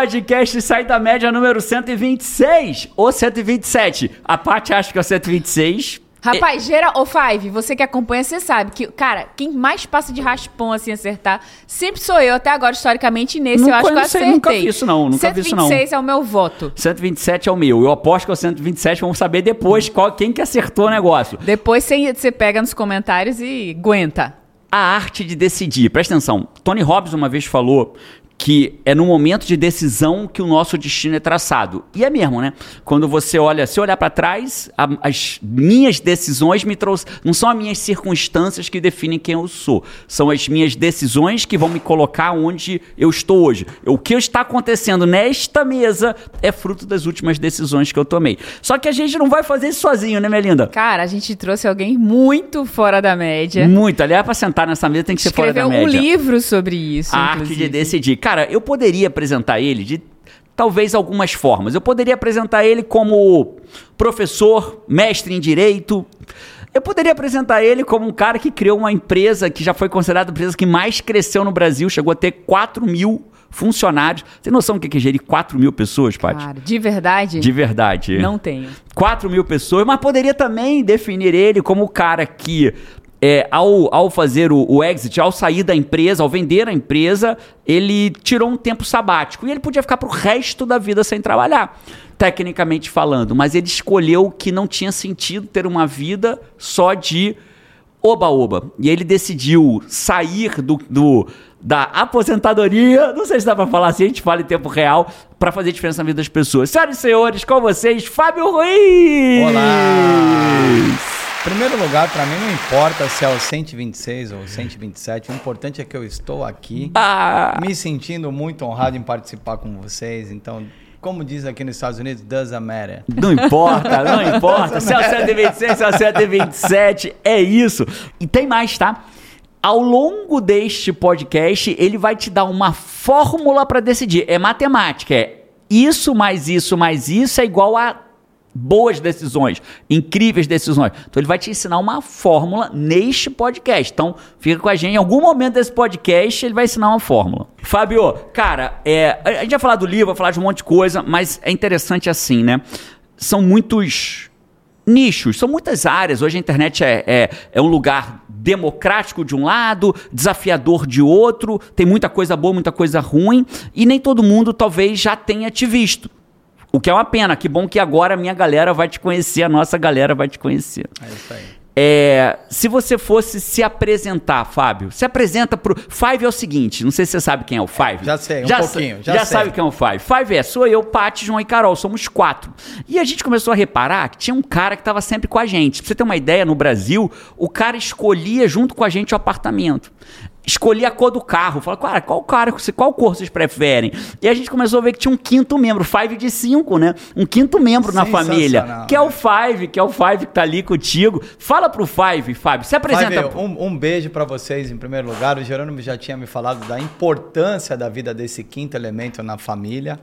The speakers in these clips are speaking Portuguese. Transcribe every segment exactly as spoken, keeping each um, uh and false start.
Podcast Sai da Média número cento e vinte e seis ou cento e vinte e sete. A Paty acha que é o cento e vinte e seis. Rapaz, gera, ô Five, você que acompanha, você sabe que, cara, quem mais passa de raspão assim acertar sempre sou eu, até agora, historicamente, nesse Não eu acho que eu sei, acertei. nunca vi isso não, nunca vi isso não. cento e vinte e seis é o meu voto. cento e vinte e sete é o meu. Eu aposto que é o cento e vinte e sete, vamos saber depois qual, quem que acertou o negócio. Depois você, você pega nos comentários e aguenta. A arte de decidir. Presta atenção. Tony Robbins uma vez falou que é no momento de decisão que o nosso destino é traçado. E é mesmo, né? Quando você olha, se olhar para trás, a, as minhas decisões me trouxeram... Não são as minhas circunstâncias que definem quem eu sou. São as minhas decisões que vão me colocar onde eu estou hoje. O que está acontecendo nesta mesa é fruto das últimas decisões que eu tomei. Só que a gente não vai fazer isso sozinho, né, minha linda? Cara, a gente trouxe alguém muito fora da média. Muito. Aliás, para sentar nessa mesa tem que ser fora da média. Escreveu um livro sobre isso, A inclusive. arte de decidir. Cara, eu poderia apresentar ele de talvez algumas formas. Eu poderia apresentar ele como professor, mestre em direito. Eu poderia apresentar ele como um cara que criou uma empresa que já foi considerada a empresa que mais cresceu no Brasil, chegou a ter quatro mil funcionários. Tem noção do que é gerir quatro mil pessoas, Paty? Cara, de verdade? De verdade. Não tenho. quatro mil pessoas, mas poderia também definir ele como o cara que... É, ao, ao fazer o, o exit, ao sair da empresa, ao vender a empresa, ele tirou um tempo sabático e ele podia ficar pro resto da vida sem trabalhar, tecnicamente falando, mas ele escolheu que não tinha sentido ter uma vida só de oba-oba, e ele decidiu sair do, do, da aposentadoria, não sei se dá pra falar assim, a gente fala em tempo real, para fazer diferença na vida das pessoas. Senhoras e senhores, com vocês, Fábio Ruiz! Olá! Em primeiro lugar, para mim não importa se é o cento e vinte e seis ou cento e vinte e sete, o importante é que eu estou aqui, ah. me sentindo muito honrado em participar com vocês, então, como diz aqui nos Estados Unidos, doesn't matter. Não importa, não importa, se é o cento e vinte e seis, se é o cento e vinte e sete, é isso. E tem mais, tá? Ao longo deste podcast, ele vai te dar uma fórmula para decidir, é matemática, é isso mais isso mais isso é igual a boas decisões, incríveis decisões. Então ele vai te ensinar uma fórmula neste podcast. Então fica com a gente. Em algum momento desse podcast ele vai ensinar uma fórmula. Fábio, cara, é, a gente vai falar do livro, vai falar de um monte de coisa, mas é interessante assim, né? São muitos nichos, são muitas áreas. Hoje a internet é, é, é um lugar democrático de um lado, desafiador de outro, tem muita coisa boa, muita coisa ruim, e nem todo mundo talvez já tenha te visto. O que é uma pena, que bom que agora a minha galera vai te conhecer, a nossa galera vai te conhecer. É isso aí. É, se você fosse se apresentar, Fábio, se apresenta pro... Five é o seguinte, não sei se você sabe quem é o Five. Já sei, um já pouquinho, já Já sei. sabe quem é o Five. Five é, sou eu, Paty, João e Carol, somos quatro. E a gente começou a reparar que tinha um cara que estava sempre com a gente. Pra você ter uma ideia, no Brasil, o cara escolhia junto com a gente o apartamento. Escolhia a cor do carro. Falava, cara, qual, cara, qual cor vocês preferem? E a gente começou a ver que tinha um quinto membro, Five de cinco, né? Um quinto membro na família, que é o Five, que é o Five que tá ali contigo. Fala pro Five, Fábio, se apresenta. Five, um, um beijo para vocês em primeiro lugar. O Jerônimo já tinha me falado da importância da vida desse quinto elemento na família.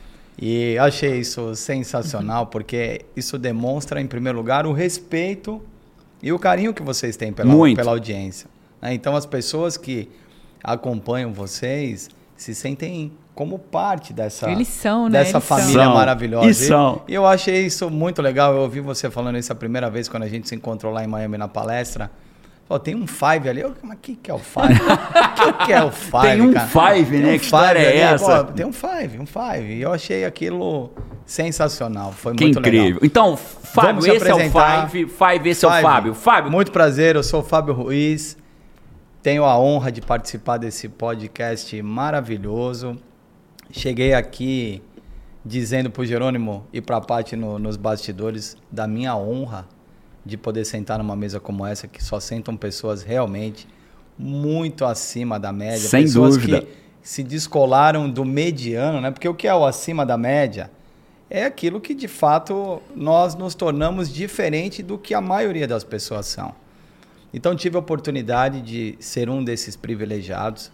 E eu achei isso sensacional, porque isso demonstra, em primeiro lugar, o respeito e o carinho que vocês têm pela, pela audiência. Então, as pessoas que acompanham vocês se sentem como parte dessa, Eles são, né? dessa Eles família são. maravilhosa. Eles são. E eu achei isso muito legal. Eu ouvi você falando isso a primeira vez, quando a gente se encontrou lá em Miami na palestra. Pô, tem um Five ali. Eu, mas o que, que é o Five? O que, que é o Five, Tem um cara? Five, Tem né? um Que história é ali. essa? Pô, tem um Five, um Five. E eu achei aquilo sensacional. Foi Que muito incrível. legal. Então, Fábio, Vamos esse é o apresentar. Five, Five, esse é o Fábio. Fábio. Muito prazer, eu sou o Fábio Ruiz. Tenho a honra de participar desse podcast maravilhoso. Cheguei aqui dizendo para o Jerônimo e para a Paty no, nos bastidores da minha honra de poder sentar numa mesa como essa, que só sentam pessoas realmente muito acima da média. Sem pessoas dúvida. que se descolaram do mediano, né? Porque o que é o acima da média é aquilo que, de fato, nós nos tornamos diferente do que a maioria das pessoas são. Então, tive a oportunidade de ser um desses privilegiados.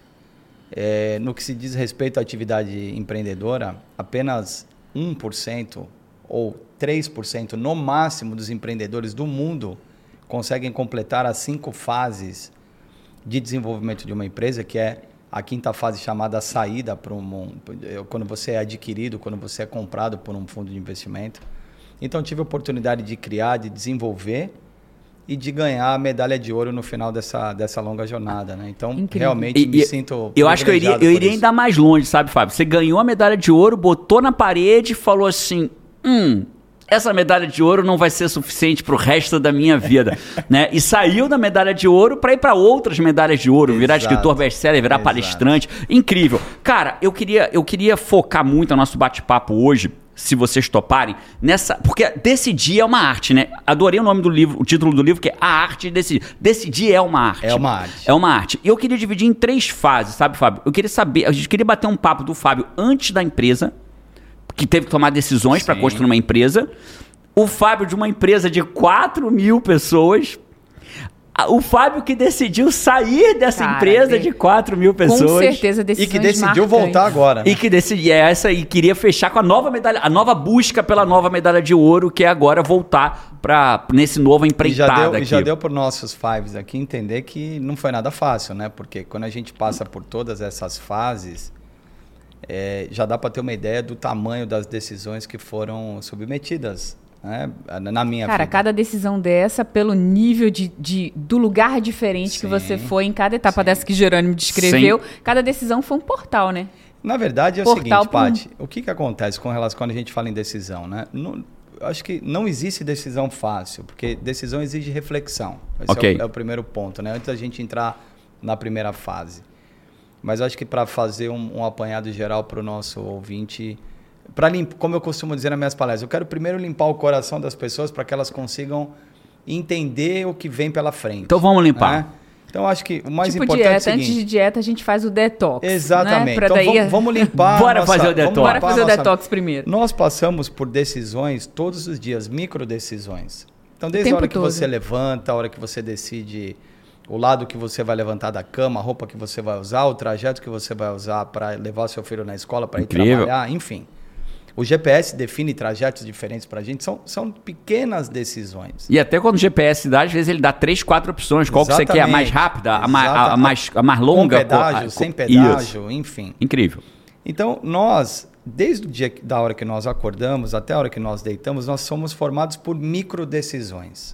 É, no que se diz respeito à atividade empreendedora, apenas um por cento ou três por cento no máximo dos empreendedores do mundo conseguem completar as cinco fases de desenvolvimento de uma empresa, que é a quinta fase chamada saída para um, quando você é adquirido, quando você é comprado por um fundo de investimento. Então, tive a oportunidade de criar, de desenvolver e de ganhar a medalha de ouro no final dessa, dessa longa jornada, né? Então, incrível. Realmente e, me e, sinto Eu acho que eu iria, eu iria ainda mais longe, sabe, Fábio? Você ganhou a medalha de ouro, botou na parede e falou assim, hum... essa medalha de ouro não vai ser suficiente para o resto da minha vida, né? E saiu da medalha de ouro para ir para outras medalhas de ouro, virar Exato. escritor best-seller, virar Exato. palestrante. Incrível. Cara, eu queria, eu queria focar muito no nosso bate-papo hoje, se vocês toparem, nessa... Porque decidir é uma arte, né? Adorei o nome do livro, o título do livro, que é A Arte de Decidir. Decidir é uma arte. É uma arte. É uma arte. E eu queria dividir em três fases, sabe, Fábio? Eu queria saber, a gente queria bater um papo do Fábio antes da empresa, que teve que tomar decisões para construir uma empresa. O Fábio de uma empresa de quatro mil pessoas. O Fábio que decidiu sair dessa Cara, empresa de quatro mil pessoas. Com certeza, decisões E que decidiu marcantes. voltar agora. Né? E que decidiu essa e queria fechar com a nova medalha, a nova busca pela nova medalha de ouro, que é agora voltar para nesse novo empreitada e já deu, aqui. E já deu para os nossos fives aqui entender que não foi nada fácil, né? Porque quando a gente passa por todas essas fases, é, já dá para ter uma ideia do tamanho das decisões que foram submetidas. Né? Na minha Cara, vida. cada decisão dessa, pelo nível de, de, do lugar diferente Sim. que você foi em cada etapa Sim. dessa que Jerônimo descreveu, Sim. cada decisão foi um portal, né? Na verdade é portal o seguinte, pra um... Paty, o que, que acontece com relação quando a gente fala em decisão, né? Não, acho que não existe decisão fácil, porque decisão exige reflexão. Esse okay. é, o, é o primeiro ponto, né? Antes da gente entrar na primeira fase. Mas acho que para fazer um, um apanhado geral para o nosso ouvinte... Pra limp... Como eu costumo dizer nas minhas palestras, eu quero primeiro limpar o coração das pessoas para que elas consigam entender o que vem pela frente. Então vamos limpar. Né? Então acho que o mais tipo importante dieta, é o seguinte... Antes de dieta a gente faz o detox. Exatamente. Né? Então daí... vamos, vamos limpar... Bora nossa... fazer o detox. Bora fazer o nossa... detox primeiro. Nós passamos por decisões todos os dias, micro decisões. Então desde a hora que todo. você levanta, a hora que você decide... O lado que você vai levantar da cama, a roupa que você vai usar, o trajeto que você vai usar para levar seu filho na escola, para ir trabalhar, enfim... O G P S define trajetos diferentes para a gente, são, são pequenas decisões. E até quando o G P S dá, às vezes ele dá três, quatro opções. Qual Exatamente. que você quer? A mais rápida, a mais, a, a, mais, a mais longa? Com pedágio, a, sem pedágio, Isso. enfim. Incrível. Então, nós, desde o dia da hora que nós acordamos até a hora que nós deitamos, nós somos formados por micro decisões.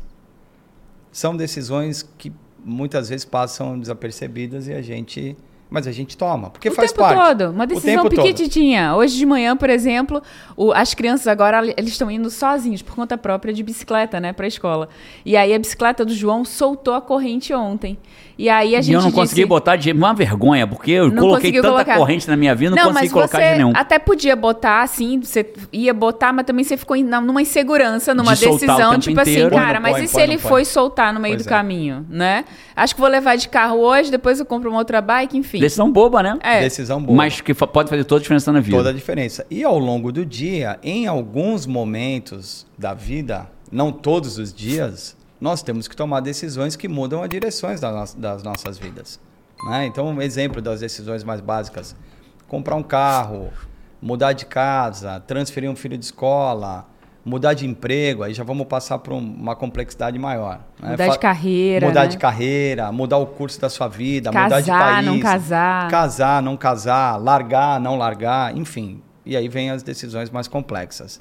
São decisões que muitas vezes passam desapercebidas e a gente... Mas a gente toma, porque o faz tempo parte. todo, uma decisão pequititinha. Hoje de manhã, por exemplo, o, as crianças agora eles estão indo sozinhos, por conta própria, de bicicleta, né, para a escola. E aí a bicicleta do João soltou a corrente ontem. E aí a gente E eu não disse, consegui botar de uma vergonha, porque eu coloquei tanta colocar. corrente na minha vida, não, não consegui colocar de nenhum. Até podia botar assim, você ia botar, mas também você ficou numa insegurança, numa de decisão, tipo inteiro. assim, cara, põe, mas põe, e se põe, ele põe. foi soltar no meio pois do é. caminho, né? Acho que vou levar de carro hoje, depois eu compro uma outra bike, enfim. Decisão boba, né? É. Decisão boa. Mas que pode fazer toda a diferença na vida. Toda a diferença. E ao longo do dia, em alguns momentos da vida, não todos os dias, nós temos que tomar decisões que mudam as direções das, no- das nossas vidas. Né? Então, um exemplo das decisões mais básicas. Comprar um carro, mudar de casa, transferir um filho de escola, mudar de emprego, aí já vamos passar por um, uma complexidade maior. Né? Mudar Fa- de carreira, Mudar né? de carreira, mudar o curso da sua vida, Casar, mudar de país. não casar. Casar, não casar, largar, não largar, enfim. E aí vem as decisões mais complexas.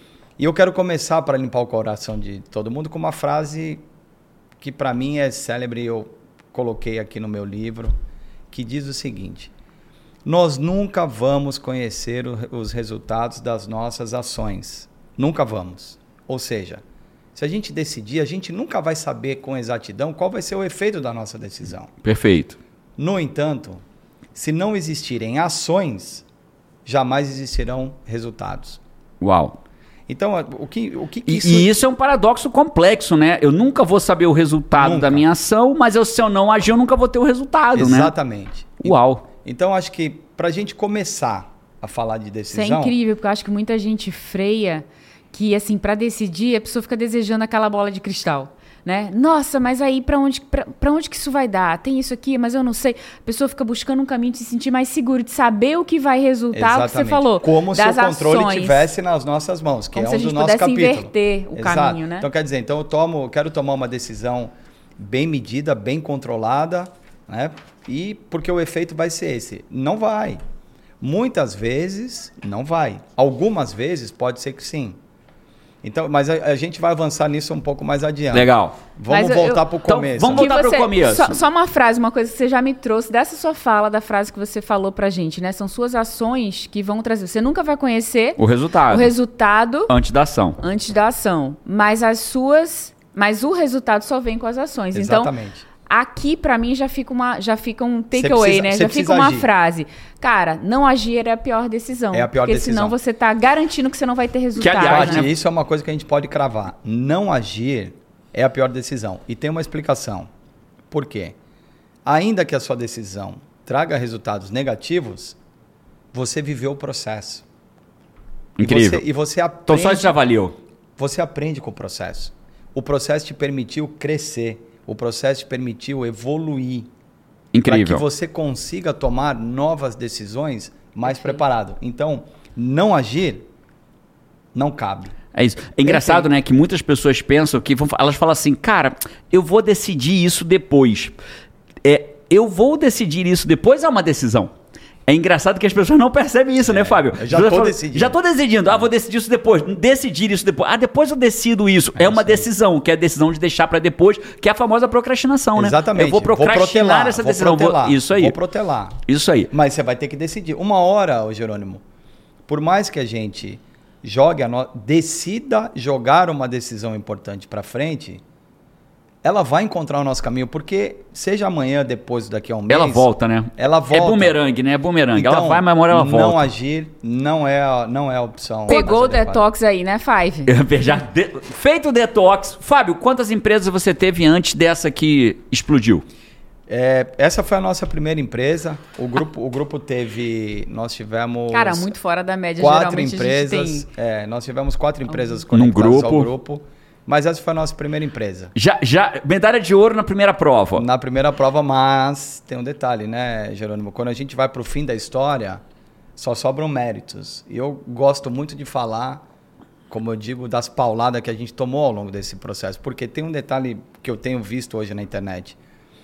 E eu quero começar, para limpar o coração de todo mundo, com uma frase que para mim é célebre, eu coloquei aqui no meu livro, que diz o seguinte: nós nunca vamos conhecer o, os resultados das nossas ações. Nunca vamos. Ou seja, se a gente decidir, a gente nunca vai saber com exatidão qual vai ser o efeito da nossa decisão. Perfeito. No entanto, se não existirem ações, jamais existirão resultados. Uau. Então, o que, o que, que E isso... e isso é um paradoxo complexo, né? Eu nunca vou saber o resultado Nunca. da minha ação, mas eu, se eu não agir, eu nunca vou ter o resultado, né? Exatamente. Uau. Então, acho que para a gente começar a falar de decisão... Isso é incrível, porque eu acho que muita gente freia que, assim, para decidir, a pessoa fica desejando aquela bola de cristal, né? Nossa, mas aí para onde, para onde que isso vai dar? Tem isso aqui, mas eu não sei. A pessoa fica buscando um caminho de se sentir mais seguro, de saber o que vai resultar, o que você falou. Como das se o controle ações. estivesse nas nossas mãos, que Como é se um a gente do nosso pudesse capítulo. inverter o Exato. caminho, né? Então, quer dizer, então eu tomo, quero tomar uma decisão bem medida, bem controlada, Né? E porque o efeito vai ser esse? Não vai. Muitas vezes, não vai. Algumas vezes, pode ser que sim. Então, mas a, a gente vai avançar nisso um pouco mais adiante. Legal. Vamos Mas voltar eu- para o Então, começo. vamos Que voltar você- pro começo. Só, só uma frase, uma coisa que você já me trouxe dessa sua fala, da frase que você falou pra gente, né? São suas ações que vão trazer. Você nunca vai conhecer O resultado. o resultado Antes da ação. antes da ação, mas as suas, mas o resultado só vem com as ações. Então, Exatamente. aqui pra mim já fica uma, já fica um Você takeaway, precisa- né? você Já precisa fica uma agir. frase. Cara, não agir é a pior decisão. É a pior porque decisão. senão você tá garantindo que você não vai ter resultado. aliás, Pati, né? isso é uma coisa que a gente pode cravar. Não agir é a pior decisão. E tem uma explicação. Por quê? Ainda que a sua decisão traga resultados negativos, você viveu o processo. E Incrível. você, e você Então aprende, só isso já valeu. você aprende com o processo. O processo te permitiu crescer. O processo te permitiu evoluir. Para Incrível. que você consiga tomar novas decisões mais preparado. Então, não agir não cabe. É isso. É engraçado, né, que muitas pessoas pensam que vão, elas falam assim, cara, eu vou decidir isso depois. É, eu vou decidir isso depois é uma decisão. É engraçado que as pessoas não percebem isso, né, Fábio? eu já Você tô fala, decidindo. Já tô decidindo. Ah, vou decidir isso depois. Decidir isso depois. Ah, depois eu decido isso. É, É uma isso aí. decisão, que é a decisão de deixar pra depois, que é a famosa procrastinação, né? Exatamente. Eu vou procrastinar protelar, essa vou decisão. Vou- protelar, isso aí. Vou protelar. Isso aí. Mas você vai ter que decidir. Uma hora, ô Jerônimo, por mais que a gente jogue a no... decida jogar uma decisão importante para frente, ela vai encontrar o nosso caminho, porque seja amanhã, depois, daqui a um mês... Ela volta, né? Ela volta. É bumerangue, né? É bumerangue. Então, ela vai, mas uma hora ela volta. não agir não é, a- não é a opção. Pegou o mais adequada. detox aí, né, Five? Já de- Feito o detox. Fábio, quantas empresas você teve antes dessa que explodiu? É, essa foi a nossa primeira empresa. O grupo, o grupo teve... Nós tivemos... Cara, muito fora da média. quatro Geralmente empresas. a gente tem... É, nós tivemos quatro empresas Num conectadas ao grupo. grupo. Mas essa foi a nossa primeira empresa. Já, já, medalha de ouro na primeira prova. Na primeira prova, mas tem um detalhe, né, Jerônimo? Quando a gente vai para o fim da história, só sobram méritos. E eu gosto muito de falar, como eu digo, das pauladas que a gente tomou ao longo desse processo. Porque tem um detalhe que eu tenho visto hoje na internet.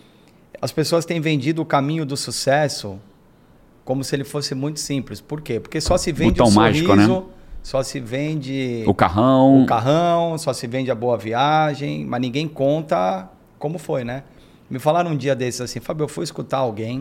As pessoas têm vendido o caminho do sucesso como se ele fosse muito simples. Por quê? Porque só se vende Botão o mágico, sorriso, né? só se vende O carrão. o carrão, só se vende a boa viagem, mas ninguém conta como foi, né? Me falaram um dia desses assim, Fábio, eu fui escutar alguém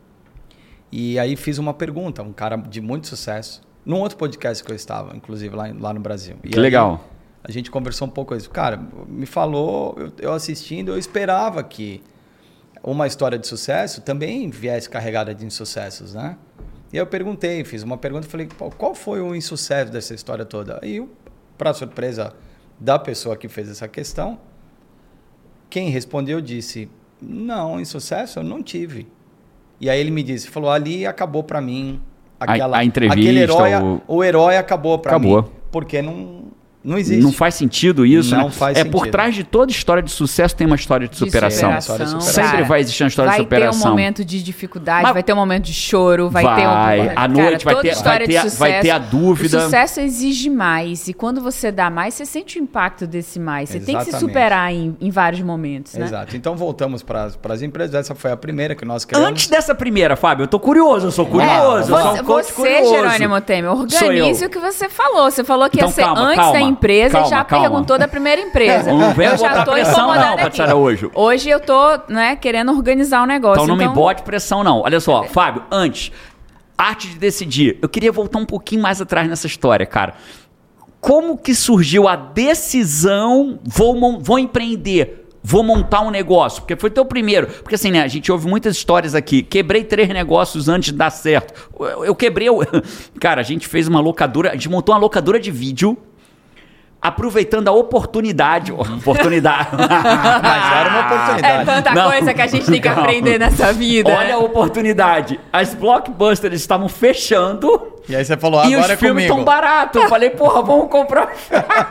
e aí fiz uma pergunta, um cara de muito sucesso, num outro podcast que eu estava, inclusive lá, lá no Brasil. E Que aí, legal. A gente conversou um pouco isso. Cara, me falou, eu, eu assistindo, eu esperava que uma história de sucesso também viesse carregada de insucessos, né? E aí eu perguntei, fiz uma pergunta, falei, "Pô, qual foi o insucesso dessa história toda?" E, para surpresa da pessoa que fez essa questão, quem respondeu disse, não, insucesso eu não tive. E aí ele me disse, falou, ali acabou para mim, aquela, a entrevista, aquele herói, o- o herói acabou para mim. Acabou. Porque não, não existe. Não faz sentido isso, Não né? faz é por sentido. trás de toda história de sucesso tem uma história de De superação. superação. História de superação. Sempre cara. vai existir uma história vai de superação. ter um momento de dificuldade, Mas- vai ter um momento de choro, vai, ter um... Vai. À noite vai toda ter- história vai ter- de vai ter a dúvida. O sucesso exige mais. E quando você dá mais, você sente o impacto desse mais. Você tem que se Exatamente. superar em, em vários momentos, né? Exato. Então voltamos para as empresas. Essa foi a primeira que nós criamos. Antes dessa primeira, Fábio, eu tô curioso, eu sou curioso. eu sou Você, um coach você curioso. Jerônimo Temer, Sou eu. organize o que você falou. Você falou que Então, ia ser calma, antes calma, da empresa calma, e já calma. perguntou da primeira empresa. Não vem eu já botar tô pressão incomodada não, aqui. Patiara, hoje. Hoje eu tô, né, querendo organizar o negócio. Então não me bote pressão, não. Olha só, Fábio, antes, arte de decidir. Eu queria voltar um pouquinho mais atrás nessa história, cara. Como que surgiu a decisão, vou, mon- vou empreender, vou montar um negócio? Porque foi teu primeiro. Porque assim, né, a gente ouve muitas histórias aqui. Quebrei três negócios antes de dar certo. Eu, eu quebrei... o- Cara, a gente fez uma locadora, a gente montou uma locadora de vídeo, aproveitando a oportunidade... Oportunidade... Mas era uma É oportunidade. tanta Não. coisa que a gente tem que Não. aprender nessa vida. Olha a oportunidade. As blockbusters estavam fechando E aí você falou, E agora os é filmes comigo. tão baratos. Eu falei, porra, vamos comprar os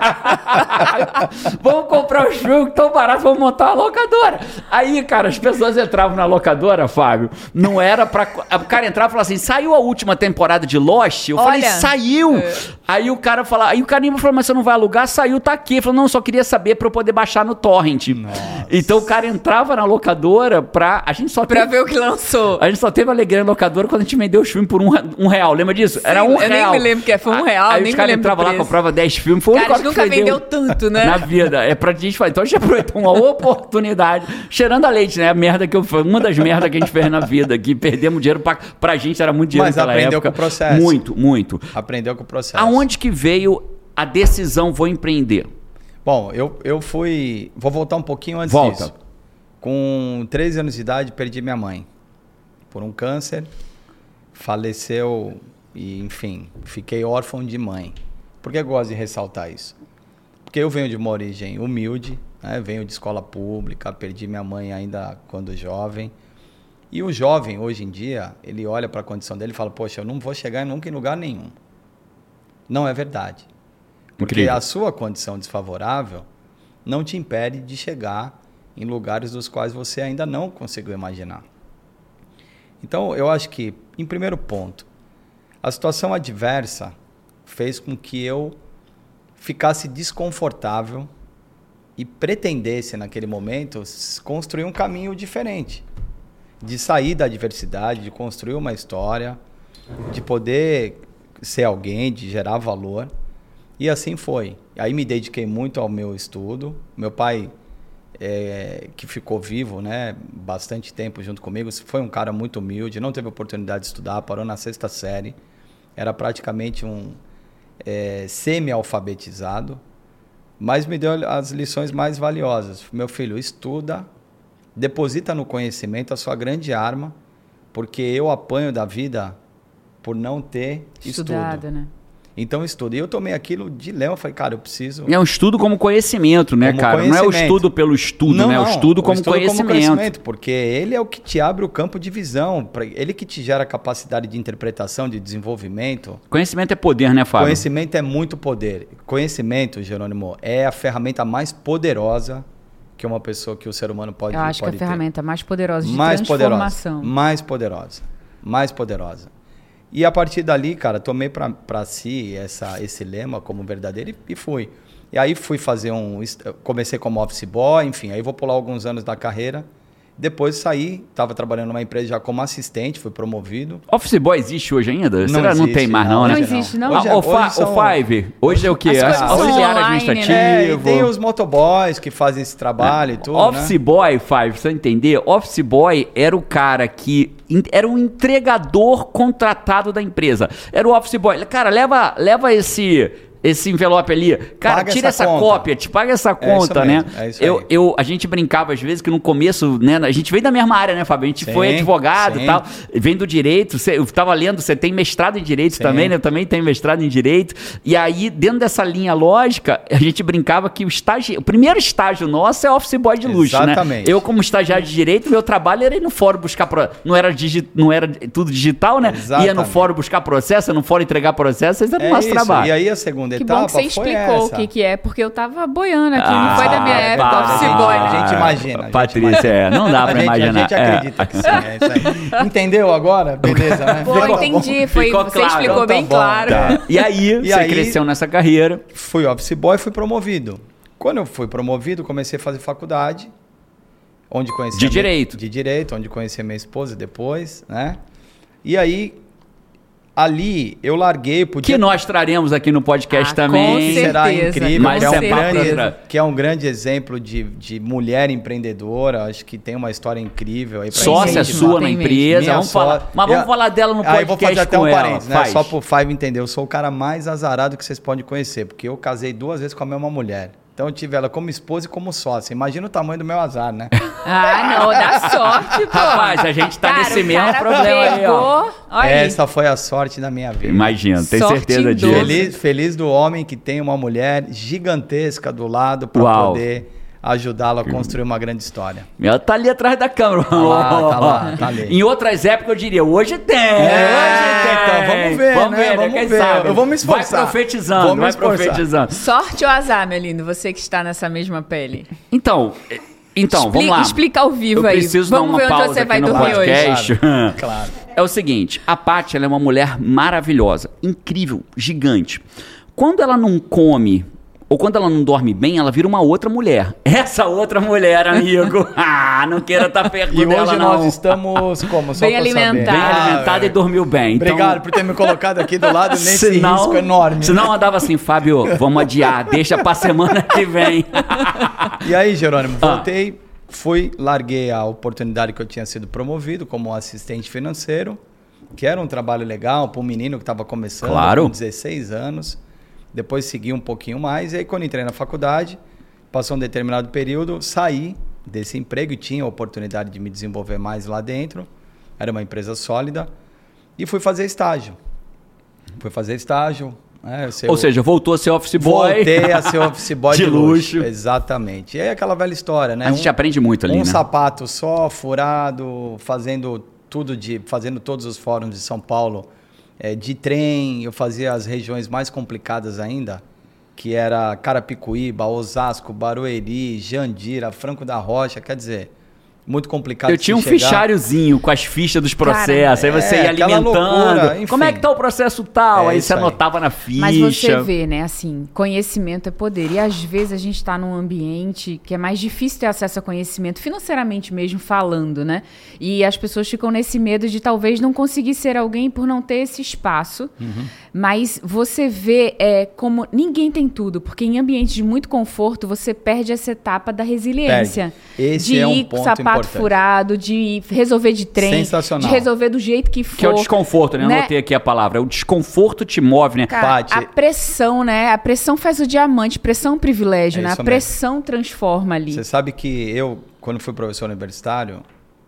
Vamos comprar os filmes tão baratos, vamos montar uma locadora. Aí, cara, as pessoas entravam na locadora, Fábio, não era pra... O cara entrava e falava assim, saiu a última temporada de Lost? Eu falei, Olha, saiu! é. Aí o cara falava, aí o carinho falou, mas você não vai alugar? Saiu, tá aqui. Ele falou, não, eu só queria saber pra eu poder baixar no torrent. Nossa. Então o cara entrava na locadora pra... A gente só Pra teve... ver o que lançou. A gente só teve alegria na locadora quando a gente vendeu os filmes por um, um real. Lembra disso? Era um eu nem real. me lembro que foi um real, Aí nem os me caras lembro do entravam lá, preço. compravam dez filmes. Foi o Cara, a único gente nunca vendeu tanto, né? na vida. É pra gente falar. Então a gente aproveitou uma oportunidade. Cheirando a leite, né? A merda que eu foi uma das merdas que a gente fez na vida. Que perdemos dinheiro pra, pra gente, era muito dinheiro Mas naquela aprendeu época. com o processo. Muito, muito. Aprendeu com o processo. Aonde que veio a decisão vou empreender? Bom, eu, eu fui... Vou voltar um pouquinho antes Volta. disso. Com treze anos de idade, perdi minha mãe. Por um câncer. Faleceu e, enfim, fiquei órfão de mãe. Por que eu gosto de ressaltar isso? Porque eu venho de uma origem humilde, né? Venho de escola pública, perdi minha mãe ainda quando jovem. E o jovem, hoje em dia, ele olha para a condição dele e fala, poxa, eu não vou chegar nunca em lugar nenhum. Não é verdade. Porque Incrível. a sua condição desfavorável não te impede de chegar em lugares dos quais você ainda não conseguiu imaginar. Então, eu acho que, em primeiro ponto, a situação adversa fez com que eu ficasse desconfortável e pretendesse, naquele momento, construir um caminho diferente. De sair da adversidade, de construir uma história, de poder ser alguém, de gerar valor. E assim foi. Aí me dediquei muito ao meu estudo. Meu pai, é, que ficou vivo, né, bastante tempo junto comigo, foi um cara muito humilde, não teve oportunidade de estudar, parou na sexta série. Era praticamente um é, semi-alfabetizado, mas me deu as lições mais valiosas. Meu filho, estuda, deposita no conhecimento a sua grande arma, porque eu apanho da vida por não ter Estudado, estudo. né? Então, estudo. E eu tomei aquilo de leão, eu falei, cara, eu preciso... É um estudo como conhecimento, né, Como cara? Não é o conhecimento. estudo pelo estudo, Não, né? não, O estudo como o estudo conhecimento. como conhecimento, porque ele é o que te abre o campo de visão, pra, ele que te gera capacidade de interpretação, de desenvolvimento. Conhecimento é poder, né, Fábio? Conhecimento é muito poder. Conhecimento, Jerônimo, é a ferramenta mais poderosa que uma pessoa, que o ser humano pode ter. Eu acho que a ter. ferramenta mais poderosa de mais transformação. poderosa, mais poderosa, mais poderosa. E a partir dali, cara, tomei para si essa, esse lema como verdadeiro e, e fui. E aí fui fazer um... Comecei como office boy, enfim, aí vou pular alguns anos da carreira. Depois saí, estava trabalhando numa empresa já como assistente, fui promovido. Office Boy existe hoje ainda? Não Será? Não existe, tem mais não, não, né? Não existe, não. Hoje é- Ah, o, hoje fa- são- o Five, hoje é o quê? As coisas são Auxiliar online, administrativo. né? É, e tem os motoboys que fazem esse trabalho e tudo, Office né? Boy, Five, pra você entender, Office Boy era o cara que in- era um entregador contratado da empresa. Era o Office Boy. Cara, leva, leva esse... Esse envelope ali, cara, Paga tira essa essa, conta. cópia, te paga essa É conta, isso né? mesmo, é isso eu, aí. eu, a gente brincava às vezes que no começo, né? A gente veio da mesma área, né, Fábio? A gente Sim, foi advogado e sim. tal, vem do direito. Cê, eu tava lendo, você tem mestrado em direito Sim. também, né? Eu também tenho mestrado em direito. E aí, dentro dessa linha lógica, a gente brincava que o estágio, o primeiro estágio nosso é Office Boy de luxo, Exatamente. né? Eu, como estagiário de direito, meu trabalho era ir no fórum buscar. Pro... Não, era digi... não era tudo digital, né? Ia no Exatamente. fórum buscar processo, no fórum entregar processo, esse era o É nosso isso. trabalho. E aí a segunda Que etapa bom que você foi explicou essa. o que, que é, porque eu tava boiando aqui, Ah, não foi da minha é época, verdade, office a gente- boy. a gente imagina, a gente Patrícia, imagina. é, não dá A pra gente, imaginar. a gente é. acredita que sim, é isso aí. Entendeu agora? Beleza, né? Pô, Ficou bom. entendi, foi, Ficou você claro. explicou Então tá bem bom, claro. Tá. E aí, E você aí- cresceu nessa carreira. Fui office boy, fui promovido. Quando eu fui promovido, comecei a fazer faculdade, onde conheci De a minha- direito. de direito, onde conheci a minha esposa depois, né? E aí ali eu larguei, podia Que nós traremos aqui no podcast Ah, também. com que será certeza, incrível, Mas que é, é um papo grande, pra- que é um grande exemplo de, de mulher empreendedora. Acho que tem uma história incrível aí pra Sócia gente. sua na Tem mesmo. empresa. Minha Vamos só- falar, mas vamos Eu- falar dela no podcast Aí vou fazer até com um ela. parênteses, né? Faz. Só pro Five entender. Eu sou o cara mais azarado que vocês podem conhecer, porque eu casei duas vezes com a mesma mulher. Então eu tive ela como esposa e como sócia. Imagina o tamanho do meu azar, né? Ah, não, dá sorte, pô. Rapaz, a gente tá Cara, nesse o mesmo cara problema aí, ó. pegou, olha aí. Essa foi a sorte da minha vida. Imagina, tenho Sorte certeza em disso. dobro. Feliz, feliz do homem que tem uma mulher gigantesca do lado para Uau. poder ajudá-lo a construir uma grande história. Ela tá ali atrás da câmera. Tá lá, tá lá, tá ali. Em outras épocas eu diria, hoje tem, É, hoje tem. então, vamos ver, vamos né? ver, Vamos quem ver. sabe? Eu vou me esforçar. Vai profetizando, Vou me vai esforçar. profetizando. Sorte ou azar, meu lindo, você que está nessa mesma pele. Então, então Expli- vamos lá. Explica ao vivo eu aí. preciso Vamos dar uma ver onde pausa você aqui vai no dormir hoje. podcast. Claro, claro. É o seguinte, a Paty, ela é uma mulher maravilhosa, incrível, gigante. Quando ela não come ou quando ela não dorme bem, ela vira uma outra mulher. Essa outra mulher, amigo, ah, não queira estar perto E dela, hoje não. nós estamos como? Só Bem pra saber. alimentada. Bem alimentada Ah, e dormiu bem. Então, Obrigado por ter me colocado aqui do lado nesse senão, risco enorme. Senão andava assim, Fábio, vamos adiar, deixa pra semana que vem. E aí, Jerônimo, Ah. voltei, fui, larguei a oportunidade que eu tinha sido promovido como assistente financeiro, que era um trabalho legal para um menino que estava começando, Claro. com dezesseis anos. Depois segui um pouquinho mais, e aí quando entrei na faculdade, passou um determinado período, saí desse emprego e tinha a oportunidade de me desenvolver mais lá dentro. Era uma empresa sólida. E fui fazer estágio. Fui fazer estágio. Né, ser Ou o- seja, voltou a ser office boy. Voltei a ser office boy De de, luxo. luxo. Exatamente. E aí aquela velha história, né? A gente Um- aprende muito ali, um né? sapato só, furado, fazendo tudo de... Fazendo todos os fóruns de São Paulo é, de trem. Eu fazia as regiões mais complicadas ainda, que era Carapicuíba, Osasco, Barueri, Jandira, Franco da Rocha. Quer dizer, muito complicado Eu de tinha um se chegar. ficháriozinho com as fichas dos processos, aí você é, ia aquela alimentando. loucura, enfim. Como é que tá o processo tal? É aí isso você aí. anotava na ficha. Mas você vê, né, assim, conhecimento é poder. E às vezes a gente está num ambiente que é mais difícil ter acesso a conhecimento, financeiramente mesmo falando, né? E as pessoas ficam nesse medo de talvez não conseguir ser alguém por não ter esse espaço. Uhum. Mas você vê é, como ninguém tem tudo, porque em ambientes de muito conforto você perde essa etapa da resiliência. Perde. Esse de é um ir ponto sapato importante. furado, de resolver de trem, Sensacional. de resolver do jeito que for. Que é o desconforto, né? Eu né? anotei aqui a palavra. O desconforto te move, né? Cara, Paty. a pressão, né? A pressão faz o diamante, pressão é um privilégio, É né? A isso mesmo. pressão transforma ali. Você sabe que eu, quando fui professor universitário,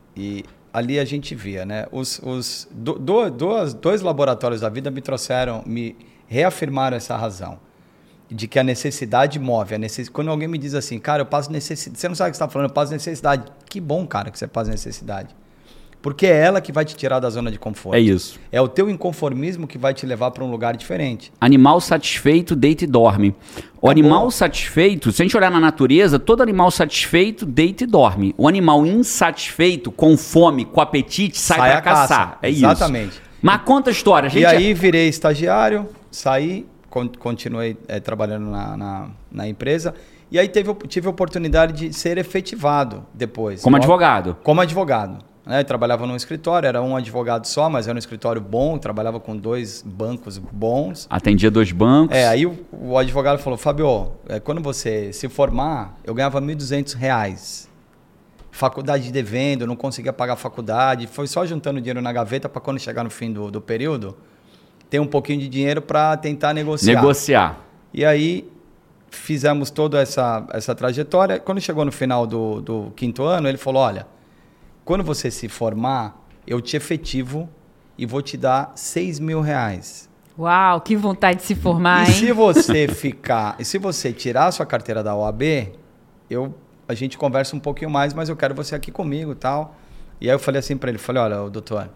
e ali a gente via, né? Os, os do, do, dois, dois laboratórios da vida me trouxeram, me reafirmaram essa razão. De que a necessidade move. A necess... Quando alguém me diz assim, cara, eu passo necessidade. Você não sabe o que você está falando, eu passo necessidade. Que bom, cara, que você passa necessidade. Porque é ela que vai te tirar da zona de conforto. É isso. É o teu inconformismo que vai te levar para um lugar diferente. Animal satisfeito deita e dorme. O Acabou. animal satisfeito, se a gente olhar na natureza, todo animal satisfeito deita e dorme. O animal insatisfeito, com fome, com apetite, sai, Sai pra a caça. caçar. É Exatamente. isso. Mas conta a história. A gente E aí virei estagiário, saí, con- continuei eh, trabalhando na, na, na empresa. E aí teve, tive a oportunidade de ser efetivado depois. Como Eu- advogado. Como advogado. Né? Eu trabalhava num escritório, era um advogado só, mas era um escritório bom, trabalhava com dois bancos bons. Atendia dois bancos. É, aí o, o advogado falou, Fábio, é, quando você se formar, eu ganhava mil e duzentos reais. Faculdade devendo, não conseguia pagar a faculdade, foi só juntando dinheiro na gaveta para quando chegar no fim do, do período, ter um pouquinho de dinheiro para tentar negociar. Negociar. E aí fizemos toda essa, essa trajetória. Quando chegou no final do, do quinto ano, ele falou, olha, quando você se formar, eu te efetivo e vou te dar seis mil reais. Uau, que vontade de se formar, E hein? se você ficar, e se você tirar a sua carteira da O A B, eu, a gente conversa um pouquinho mais, mas eu quero você aqui comigo e tal. E aí eu falei assim para ele, falei, olha, doutor,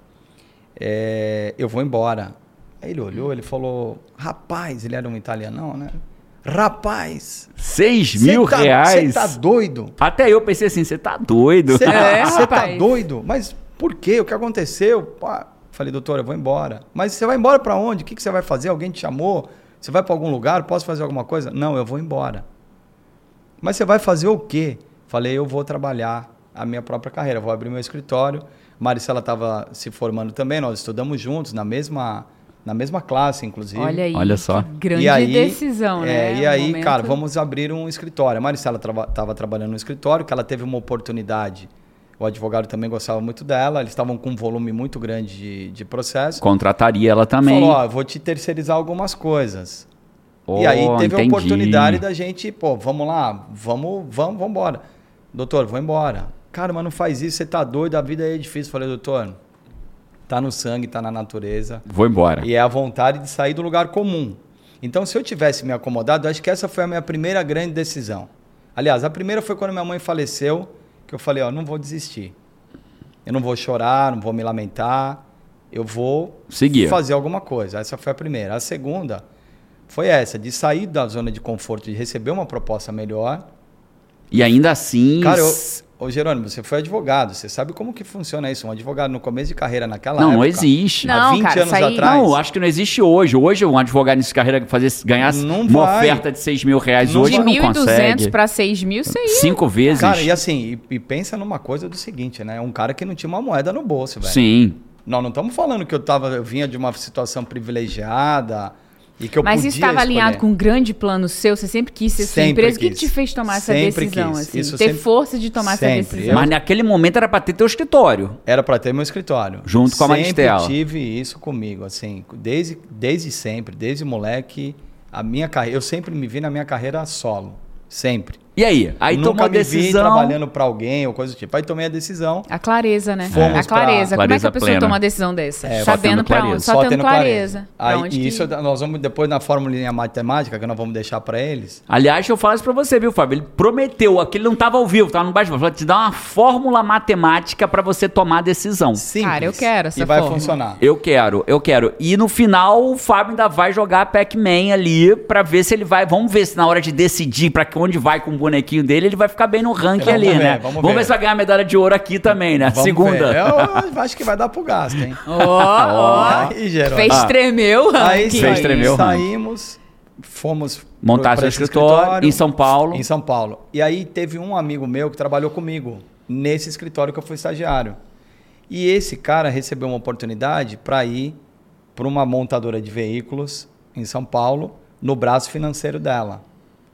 é, eu vou embora. Aí ele olhou, ele falou, rapaz, ele era um italianão, né? Rapaz, Seis mil tá, reais. Você tá doido? Até eu pensei assim, você tá doido. Você É, tá, tá rapaz. doido? Mas por quê? O que aconteceu? Pá. Falei, doutor, eu vou embora. Mas você vai embora para onde? O que, que você vai fazer? Alguém te chamou? Você vai para algum lugar? Posso fazer alguma coisa? Não, eu vou embora. Mas você vai fazer o quê? Falei, eu vou trabalhar a minha própria carreira, vou abrir meu escritório. Maricela estava se formando também, nós estudamos juntos, na mesma, na mesma classe, inclusive. Olha aí, Olha só. que grande E aí, decisão, é, né? E Um aí, momento- cara, vamos abrir um escritório. A Maricela estava trabalhando no escritório, que ela teve uma oportunidade. O advogado também gostava muito dela, eles estavam com um volume muito grande de, de processo. Contrataria ela também. Falou, ó, eu vou te terceirizar algumas coisas. Oh, e aí teve entendi. a oportunidade da gente, pô, vamos lá, vamos, vamos, vamos embora. Doutor, vou embora. Cara, mas não faz isso, você tá doido, a vida aí é difícil. Falei, doutor, tá no sangue, tá na natureza. Vou embora. E é a vontade de sair do lugar comum. Então, se eu tivesse me acomodado, acho que essa foi a minha primeira grande decisão. Aliás, a primeira foi quando minha mãe faleceu, que eu falei, ó, não vou desistir. Eu não vou chorar, não vou me lamentar, eu vou Seguir. fazer alguma coisa. Essa foi a primeira. A segunda foi essa, de sair da zona de conforto, de receber uma proposta melhor. E ainda assim... Cara, eu, ô Jerônimo, você foi advogado, você sabe como que funciona isso? Um advogado no começo de carreira naquela não, época... não existe. Não, há vinte cara, anos sair- atrás... Não, acho que não existe hoje. Hoje um advogado nessa carreira fazer, ganhar Não uma vai. oferta de seis mil reais Não hoje De não mil e duzentos consegue. para seis mil, você ia. Cinco vezes. Cara, e assim, e, e pensa numa coisa do seguinte, né? Um cara que não tinha uma moeda no bolso, velho. Sim. Nós não estamos falando que eu, tava, eu vinha de uma situação privilegiada e que eu Mas podia isso estava escolher. alinhado com um grande plano seu? Você sempre quis ser sua Sempre empresa? O que quis. te fez tomar essa Sempre decisão? quis. Assim? Isso Ter sempre- força de tomar sempre. essa decisão? Mas naquele momento era pra ter teu escritório. Era para ter meu escritório. Junto com a Maristela. Sempre tive isso comigo, assim, desde, desde sempre, desde moleque, a minha carreira, eu sempre me vi na minha carreira solo, sempre. E aí? Aí Nunca tomou a me vi decisão. trabalhando para alguém ou coisa do tipo. Aí tomei a decisão. A clareza, né? Fomos a clareza. pra- Como é que clareza a pessoa plena. toma uma decisão dessa? É, só Sabendo tendo pra clareza. onde? Só, tendo clareza. Pra Aí, onde e que- isso nós vamos depois na formulinha matemática, que nós vamos deixar para eles. Aliás, eu falo isso pra você, viu, Fábio? Ele prometeu, aquele não tava ao vivo, tava no baixo, falou, te dar uma fórmula matemática pra você tomar a decisão. Simples. Cara, eu quero essa E vai fórmula. funcionar. Eu quero, eu quero. E no final, o Fábio ainda vai jogar a Pac-Man ali pra ver se ele vai. Vamos ver se na hora de decidir pra onde vai com o bonequinho dele, ele vai ficar bem no ranking Vamos ali, ver, né? vamos ver. ver. se vai ganhar a medalha de ouro aqui também, né? Vamos Segunda. ver. Eu acho que vai dar pro gasto, hein? Ó, ó. Aí, Geraldo. Fez Ah. tremer o Aí ranking. Fez tremer o ranking. saímos, fomos Montar pra seu esse escritório em São Paulo. Em São Paulo. E aí teve um amigo meu que trabalhou comigo nesse escritório que eu fui estagiário. E esse cara recebeu uma oportunidade para ir para uma montadora de veículos em São Paulo, no braço financeiro dela.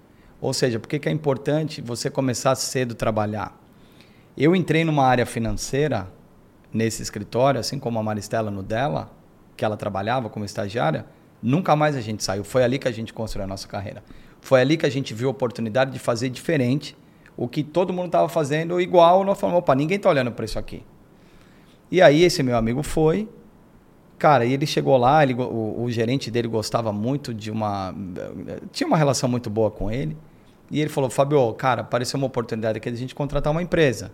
Ou seja, por que que é importante você começar cedo a trabalhar? Eu entrei numa área financeira nesse escritório, assim como a Maristela no dela, que ela trabalhava como estagiária, nunca mais a gente saiu. Foi ali que a gente construiu a nossa carreira. Foi ali que a gente viu a oportunidade de fazer diferente o que todo mundo estava fazendo igual. Nós falamos, opa, ninguém está olhando para isso aqui. E aí esse meu amigo foi, cara, e ele chegou lá, ele, o, o gerente dele gostava muito de uma... Tinha uma relação muito boa com ele. E ele falou, Fábio, cara, apareceu uma oportunidade aqui de a gente contratar uma empresa.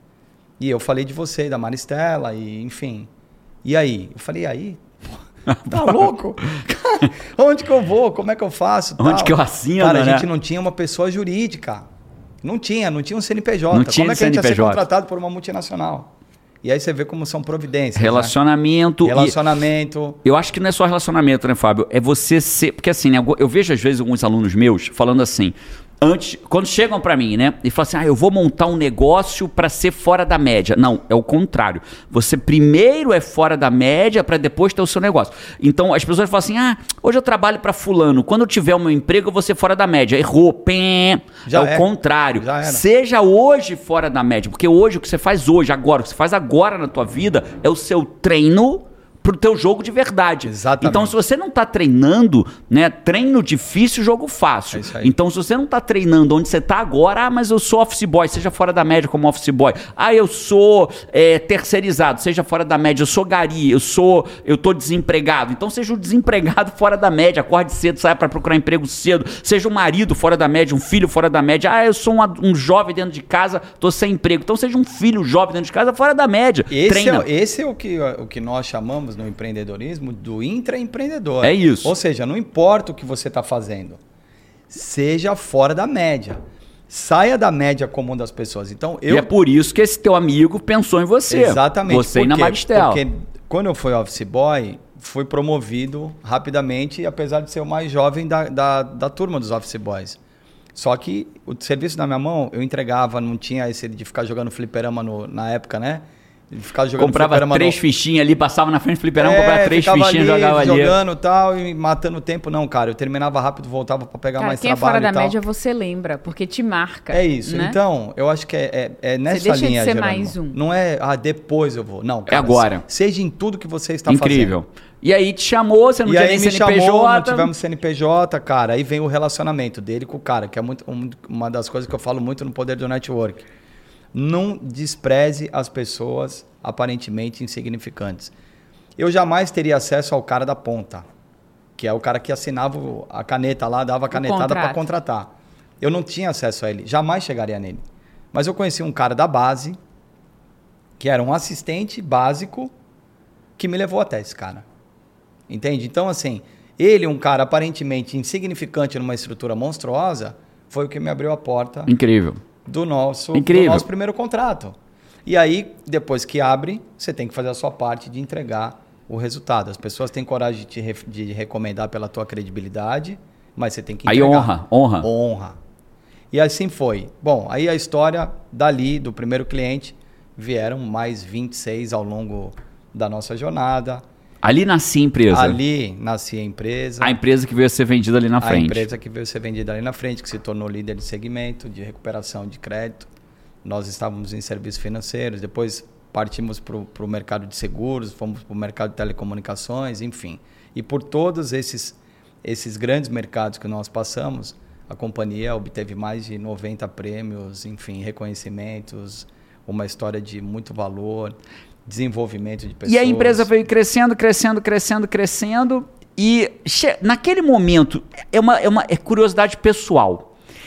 E eu falei de você, da Maristela, e enfim. E aí? Eu falei, e aí? Tá louco? Cara, onde que eu vou? Como é que eu faço? Onde Tal. que eu assino, Cara, a né? gente não tinha uma pessoa jurídica. Não tinha, não tinha um C N P J. Não Como tinha é que a gente ia ser C N P J? contratado por uma multinacional? E aí você vê como são providências. Relacionamento. Né? e- Relacionamento. Eu acho que não é só relacionamento, né, Fábio? É você ser. Porque assim, né, eu vejo às vezes alguns alunos meus falando assim. Antes, quando chegam pra mim, né? E falam assim: ah, eu vou montar um negócio pra ser fora da média. Não, é o contrário. Você primeiro é fora da média pra depois ter o seu negócio. Então as pessoas falam assim: ah, hoje eu trabalho pra fulano. Quando eu tiver o meu emprego, eu vou ser fora da média. Errou. Pém. Já é o é. contrário. Já era. Seja hoje fora da média. Porque hoje o que você faz hoje, agora, o que você faz agora na tua vida é o seu treino pro teu jogo de verdade. Exatamente. Então, se você não tá treinando, né? Treino difícil, jogo fácil. É isso aí. Então, se você não tá treinando onde você tá agora, ah, mas eu sou office boy, seja fora da média como office boy. Ah, eu sou é, terceirizado, seja fora da média. Eu sou gari, eu sou, eu tô desempregado. Então, seja o desempregado fora da média, acorde cedo, saia para procurar emprego cedo. Seja um marido fora da média, um filho fora da média. Ah, eu sou um, ad- um jovem dentro de casa, tô sem emprego. Então, seja um filho jovem dentro de casa, fora da média. Esse Treina. é, esse é o que, o que nós chamamos no empreendedorismo do intraempreendedor. É isso. Ou seja, não importa o que você está fazendo, seja fora da média. Saia da média comum das pessoas. Então, eu... E é por isso que esse teu amigo pensou em você. Exatamente. Você e Por na quê? Maristela. Porque quando eu fui office boy, fui promovido rapidamente, apesar de ser o mais jovem da, da, da turma dos office boys. Só que o serviço na minha mão, eu entregava, não tinha esse de ficar jogando fliperama no, na época, né? De ficar jogando Comprava fliperama três no... fichinhas ali, passava na frente do fliperama, É, comprava três ficava fichinhas, ali, jogava ali. jogando e tal, e matando o tempo. Não, cara, eu terminava rápido, voltava para pegar Cara, mais quem é trabalho fora da e tal. média você lembra, porque te marca. É isso. né? Então, eu acho que é, é, é nessa deixa de linha, ser Jerônimo. mais um. Não é, ah, depois eu vou. Não, cara. agora. Seja em tudo que você está Incrível. fazendo. E aí te chamou, você não E tinha aí nem me C N P J. chamou, não tivemos C N P J, cara. Aí vem o relacionamento dele com o cara, que é muito, um- uma das coisas que eu falo muito no poder do network. Não despreze as pessoas aparentemente insignificantes. Eu jamais teria acesso ao cara da ponta, que é o cara que assinava o- a caneta lá, dava a canetada para contrato. contratar. Eu não tinha acesso a ele, jamais chegaria nele. Mas eu conheci um cara da base, que era um assistente básico, que me levou até esse cara. Entende? Então, assim, ele, um cara aparentemente insignificante numa estrutura monstruosa, foi o que me abriu a porta. Incrível. Do nosso, Incrível. do nosso primeiro contrato. E aí, depois que abre, você tem que fazer a sua parte de entregar o resultado. As pessoas têm coragem de te re- de recomendar pela tua credibilidade, mas você tem que entregar. Aí honra, honra. Honra. E assim foi. Bom, aí a história dali, do primeiro cliente, vieram mais vinte e seis ao longo da nossa jornada. Ali nascia a empresa. Ali nascia a empresa. A empresa que veio a ser vendida ali na A frente. empresa que veio ser vendida ali na frente, que se tornou líder de segmento, de recuperação de crédito. Nós estávamos em serviços financeiros, depois partimos para o mercado de seguros, fomos para o mercado de telecomunicações, enfim. E por todos esses, esses grandes mercados que nós passamos, a companhia obteve mais de noventa prêmios, enfim, reconhecimentos, uma história de muito valor, desenvolvimento de pessoas. E a empresa veio crescendo, crescendo, crescendo, crescendo. E che- naquele momento, é uma, é uma é curiosidade pessoal.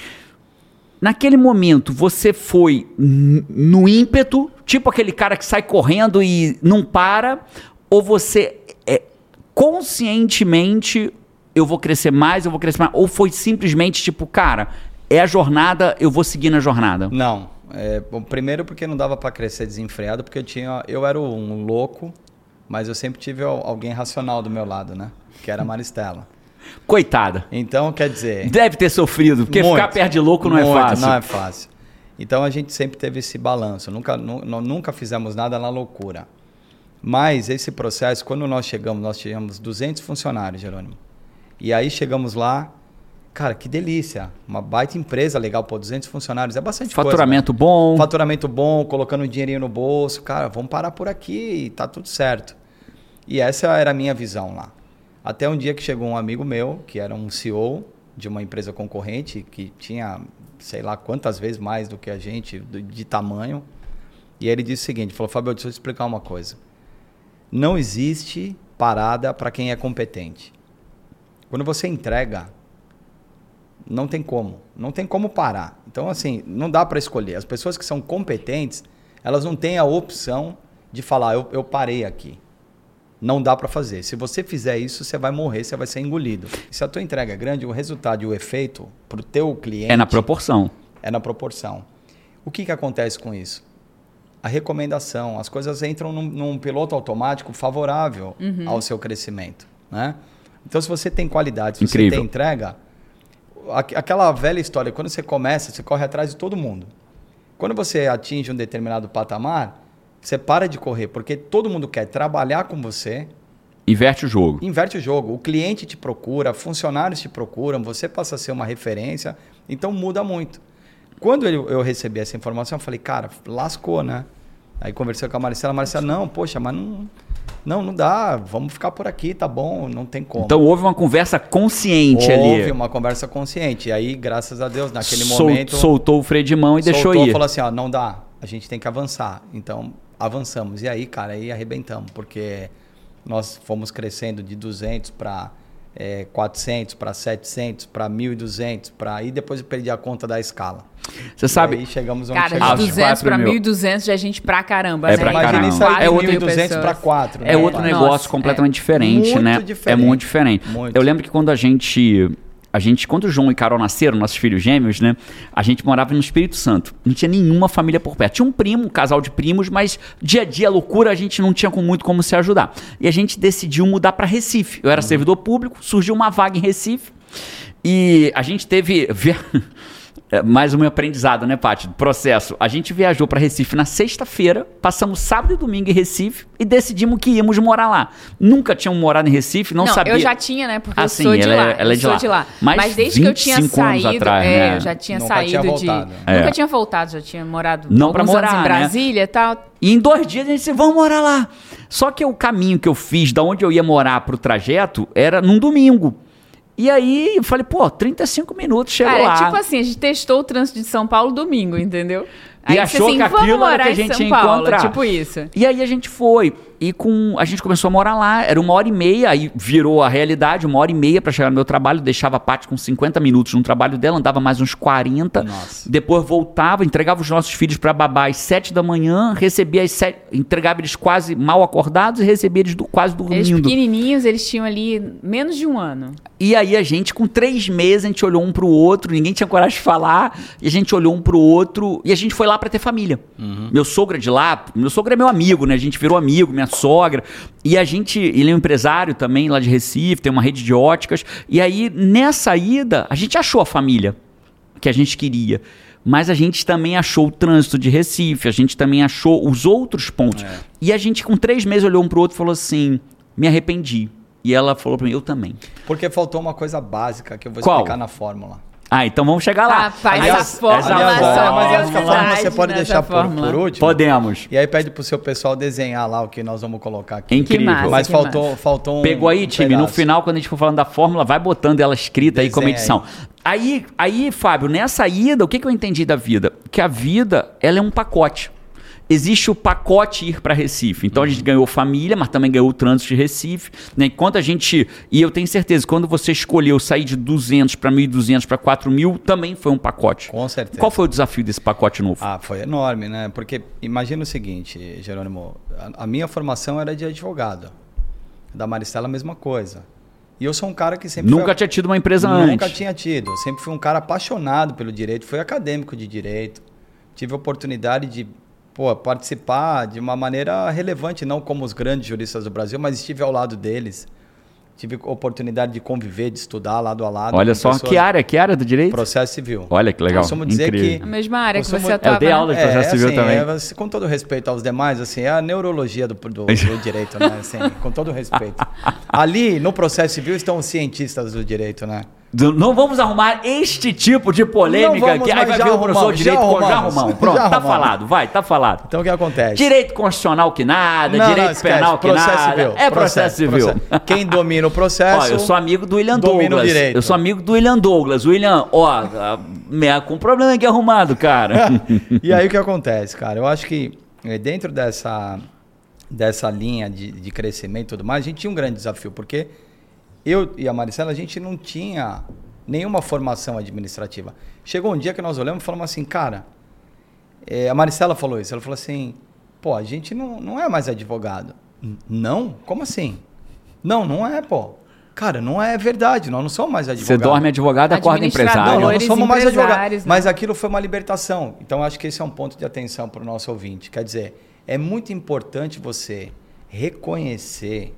Naquele momento, você foi n- no ímpeto, tipo aquele cara que sai correndo e não para, ou você é, conscientemente, eu vou crescer mais, eu vou crescer mais, ou foi simplesmente tipo, cara, é a jornada, eu vou seguir na jornada? Não. É, bom, primeiro porque não dava para crescer desenfreado, porque eu tinha, eu era um louco, mas eu sempre tive alguém racional do meu lado, né? Que era a Maristela. Coitada. Então, quer dizer... Deve ter sofrido, porque muito, ficar perto de louco não é muito, fácil. Não é fácil. Então, a gente sempre teve esse balanço. Nunca, nu, nunca fizemos nada na loucura. Mas esse processo, quando nós chegamos, nós tínhamos duzentos funcionários, Jerônimo. E aí chegamos lá, cara, que delícia. Uma baita empresa legal, pô, duzentos funcionários, é bastante Faturamento coisa, bom. Faturamento bom, colocando um dinheirinho no bolso. Cara, vamos parar por aqui e tá tudo certo. E essa era a minha visão lá. Até um dia que chegou um amigo meu, que era um C E O de uma empresa concorrente, que tinha, sei lá, quantas vezes mais do que a gente, de, de tamanho. E ele disse o seguinte, falou, Fábio, deixa eu te explicar uma coisa. Não existe parada para quem é competente. Quando você entrega, não tem como. Não tem como parar. Então, assim, não dá para escolher. As pessoas que são competentes, elas não têm a opção de falar, eu, eu parei aqui. Não dá para fazer. Se você fizer isso, você vai morrer, você vai ser engolido. E se a tua entrega é grande, o resultado e o efeito para o teu cliente... É na proporção. É na proporção. O que, que acontece com isso? A recomendação. As coisas entram num, num piloto automático favorável uhum. ao seu crescimento. Né? Então, se você tem qualidade, se Incrível. você tem entrega... Aquela velha história, quando você começa, você corre atrás de todo mundo. Quando você atinge um determinado patamar... Você para de correr, porque todo mundo quer trabalhar com você. Inverte o jogo. Inverte o jogo. O cliente te procura, funcionários te procuram, você passa a ser uma referência. Então muda muito. Quando eu, eu recebi essa informação, eu falei, cara, lascou, né? Aí conversei com a Maricela. A Maricela, não, poxa, mas não, não, não dá. Vamos ficar por aqui, tá bom, não tem como. Então houve uma conversa consciente houve ali. Houve uma conversa consciente. E aí, graças a Deus, naquele Sol, momento... Soltou o freio de mão e soltou, deixou ir. Falou assim, ó, não dá, a gente tem que avançar. Então... avançamos. E aí, cara, aí arrebentamos, porque nós fomos crescendo de duzentos para é, quatrocentos, para setecentos, para mil e duzentos, para aí depois eu perdi a conta da escala. Você sabe? E aí chegamos onde Cara, chegamos. de duzentos para mil e duzentos já é gente pra caramba, é né? Pra Imagina isso aí, é outro mil e duzentos para quatro. É né, outro cara? negócio Nossa, completamente é. diferente, Muito né? diferente. É muito diferente. Muito. Eu lembro que quando a gente... A gente, quando o João e a Carol nasceram, nossos filhos gêmeos, né? A gente morava no Espírito Santo. Não tinha nenhuma família por perto. Tinha um primo, um casal de primos, mas dia a dia, loucura, a gente não tinha com muito como se ajudar. E a gente decidiu mudar para Recife. Eu era uhum. servidor público, surgiu uma vaga em Recife. E a gente teve... Mais um aprendizado, né, Paty? Processo. A gente viajou para Recife na sexta-feira, passamos sábado e domingo em Recife e decidimos que íamos morar lá. Nunca tínhamos morado em Recife, não, não sabia. Eu já tinha, né? Porque ah, eu sim, sou de ela lá. É, ela é de eu lá. sou de lá. Mas, Mas desde que eu tinha saído, atrás, é, né? eu já tinha Nunca saído tinha de. voltado. É. Nunca tinha voltado, já tinha morado não alguns pra morar, anos em Brasília né? e tal. E em dois dias a gente disse, vamos morar lá. Só que o caminho que eu fiz, da onde eu ia morar pro trajeto, era num domingo. E aí eu falei, pô, trinta e cinco minutos, chegou Cara, lá. É tipo assim, a gente testou o trânsito de São Paulo domingo, entendeu? Aí E achou assim, que aquilo era que a gente ia Paulo, encontrar. tipo isso. E aí a gente foi. E com, a gente começou a morar lá, era uma hora e meia, aí virou a realidade, uma hora e meia para chegar no meu trabalho, deixava a Paty com cinquenta minutos no trabalho dela, andava mais uns quarenta, Nossa. Depois voltava, entregava os nossos filhos para babá às sete da manhã, recebia às sete, entregava eles quase mal acordados e recebia eles do, quase dormindo. Eles pequenininhos, eles tinham ali menos de um ano. E aí a gente, com três meses, a gente olhou um pro outro, ninguém tinha coragem de falar, e a gente olhou um pro outro, e a gente foi lá para ter família. Uhum. Meu sogro é de lá, meu sogro é meu amigo, né? A gente virou amigo, minha sogra, e a gente, ele é um empresário também lá de Recife, tem uma rede de óticas, e aí nessa ida a gente achou a família que a gente queria, mas a gente também achou o trânsito de Recife, a gente também achou os outros pontos, é. E a gente com três meses olhou um pro outro e falou assim, me arrependi, e ela falou pra mim, eu também. Porque faltou uma coisa básica que eu vou Qual? explicar na fórmula. Ah, então vamos chegar lá. Rapaz, aliás, essa fórmula, aliás, essa é, mas acho que a fórmula, fórmula você pode deixar por, por último. Podemos. E aí pede pro seu pessoal desenhar lá o que nós vamos colocar aqui. Incrível. Que massa, mas que faltou, massa. faltou um Pegou aí, um time, pedaço. no final, quando a gente for falando da fórmula, vai botando ela escrita aí como Desenha edição. Aí. aí, aí, Fábio, nessa ida, o que, que eu entendi da vida? Que a vida, ela é um pacote. Existe o pacote ir para Recife. Então a gente ganhou família, mas também ganhou o trânsito de Recife. Né? Enquanto a gente... E eu tenho certeza, quando você escolheu sair de duzentos para mil e duzentos para quatro mil, também foi um pacote. Com certeza. Qual foi o desafio desse pacote novo? Ah, foi enorme, né? Porque imagina o seguinte, Jerônimo, a, a minha formação era de advogado. Da Maristela a mesma coisa. E eu sou um cara que sempre... Nunca foi, tinha tido uma empresa nunca antes. Nunca tinha tido. Eu sempre fui um cara apaixonado pelo direito. Fui acadêmico de direito. Tive a oportunidade de... Pô, participar de uma maneira relevante, não como os grandes juristas do Brasil, mas estive ao lado deles. Tive oportunidade de conviver, de estudar lado a lado. Olha só, que área? Que área do direito? Processo civil. Olha que legal. Costumo dizer Incrível. que... A mesma área que você é, atuava. Eu dei aula de É, processo civil assim, também. É, com todo respeito aos demais, assim, é a neurologia do, do, do direito, né? Assim, com todo respeito. Ali, no processo civil, estão os cientistas do direito, né? Não vamos arrumar este tipo de polêmica vamos, que aí vai já vir o professor arrumamos, de direito já com já arrumamos, arrumamos. Pronto, já tá arrumamos. falado, vai, tá falado. Então, o que acontece? Direito constitucional que nada, Não, direito não, esquece, penal que processo nada. civil, É processo, civil. processo. Quem domina o processo... Ó, eu sou amigo do William domina Douglas. o direito. Eu sou amigo do William Douglas. William, ó, a- me- com problema aqui arrumado, cara. E aí o que acontece, cara? Eu acho que eh, dentro dessa, dessa linha de, de crescimento e tudo mais, a gente tinha um grande desafio, porque eu e a Maricela, a gente não tinha nenhuma formação administrativa. Chegou um dia que nós olhamos e falamos assim, cara, eh, a Maricela falou isso, ela falou assim, pô, a gente não, não é mais advogado. N- Não? Como assim? Não, não é, pô. Cara, não é verdade, nós não somos mais advogados. Você dorme advogado, acorda empresário. Não, nós não Valores somos mais empresários, advogados. né? Mas aquilo foi uma libertação. Então, acho que esse é um ponto de atenção para o nosso ouvinte. Quer dizer, é muito importante você reconhecer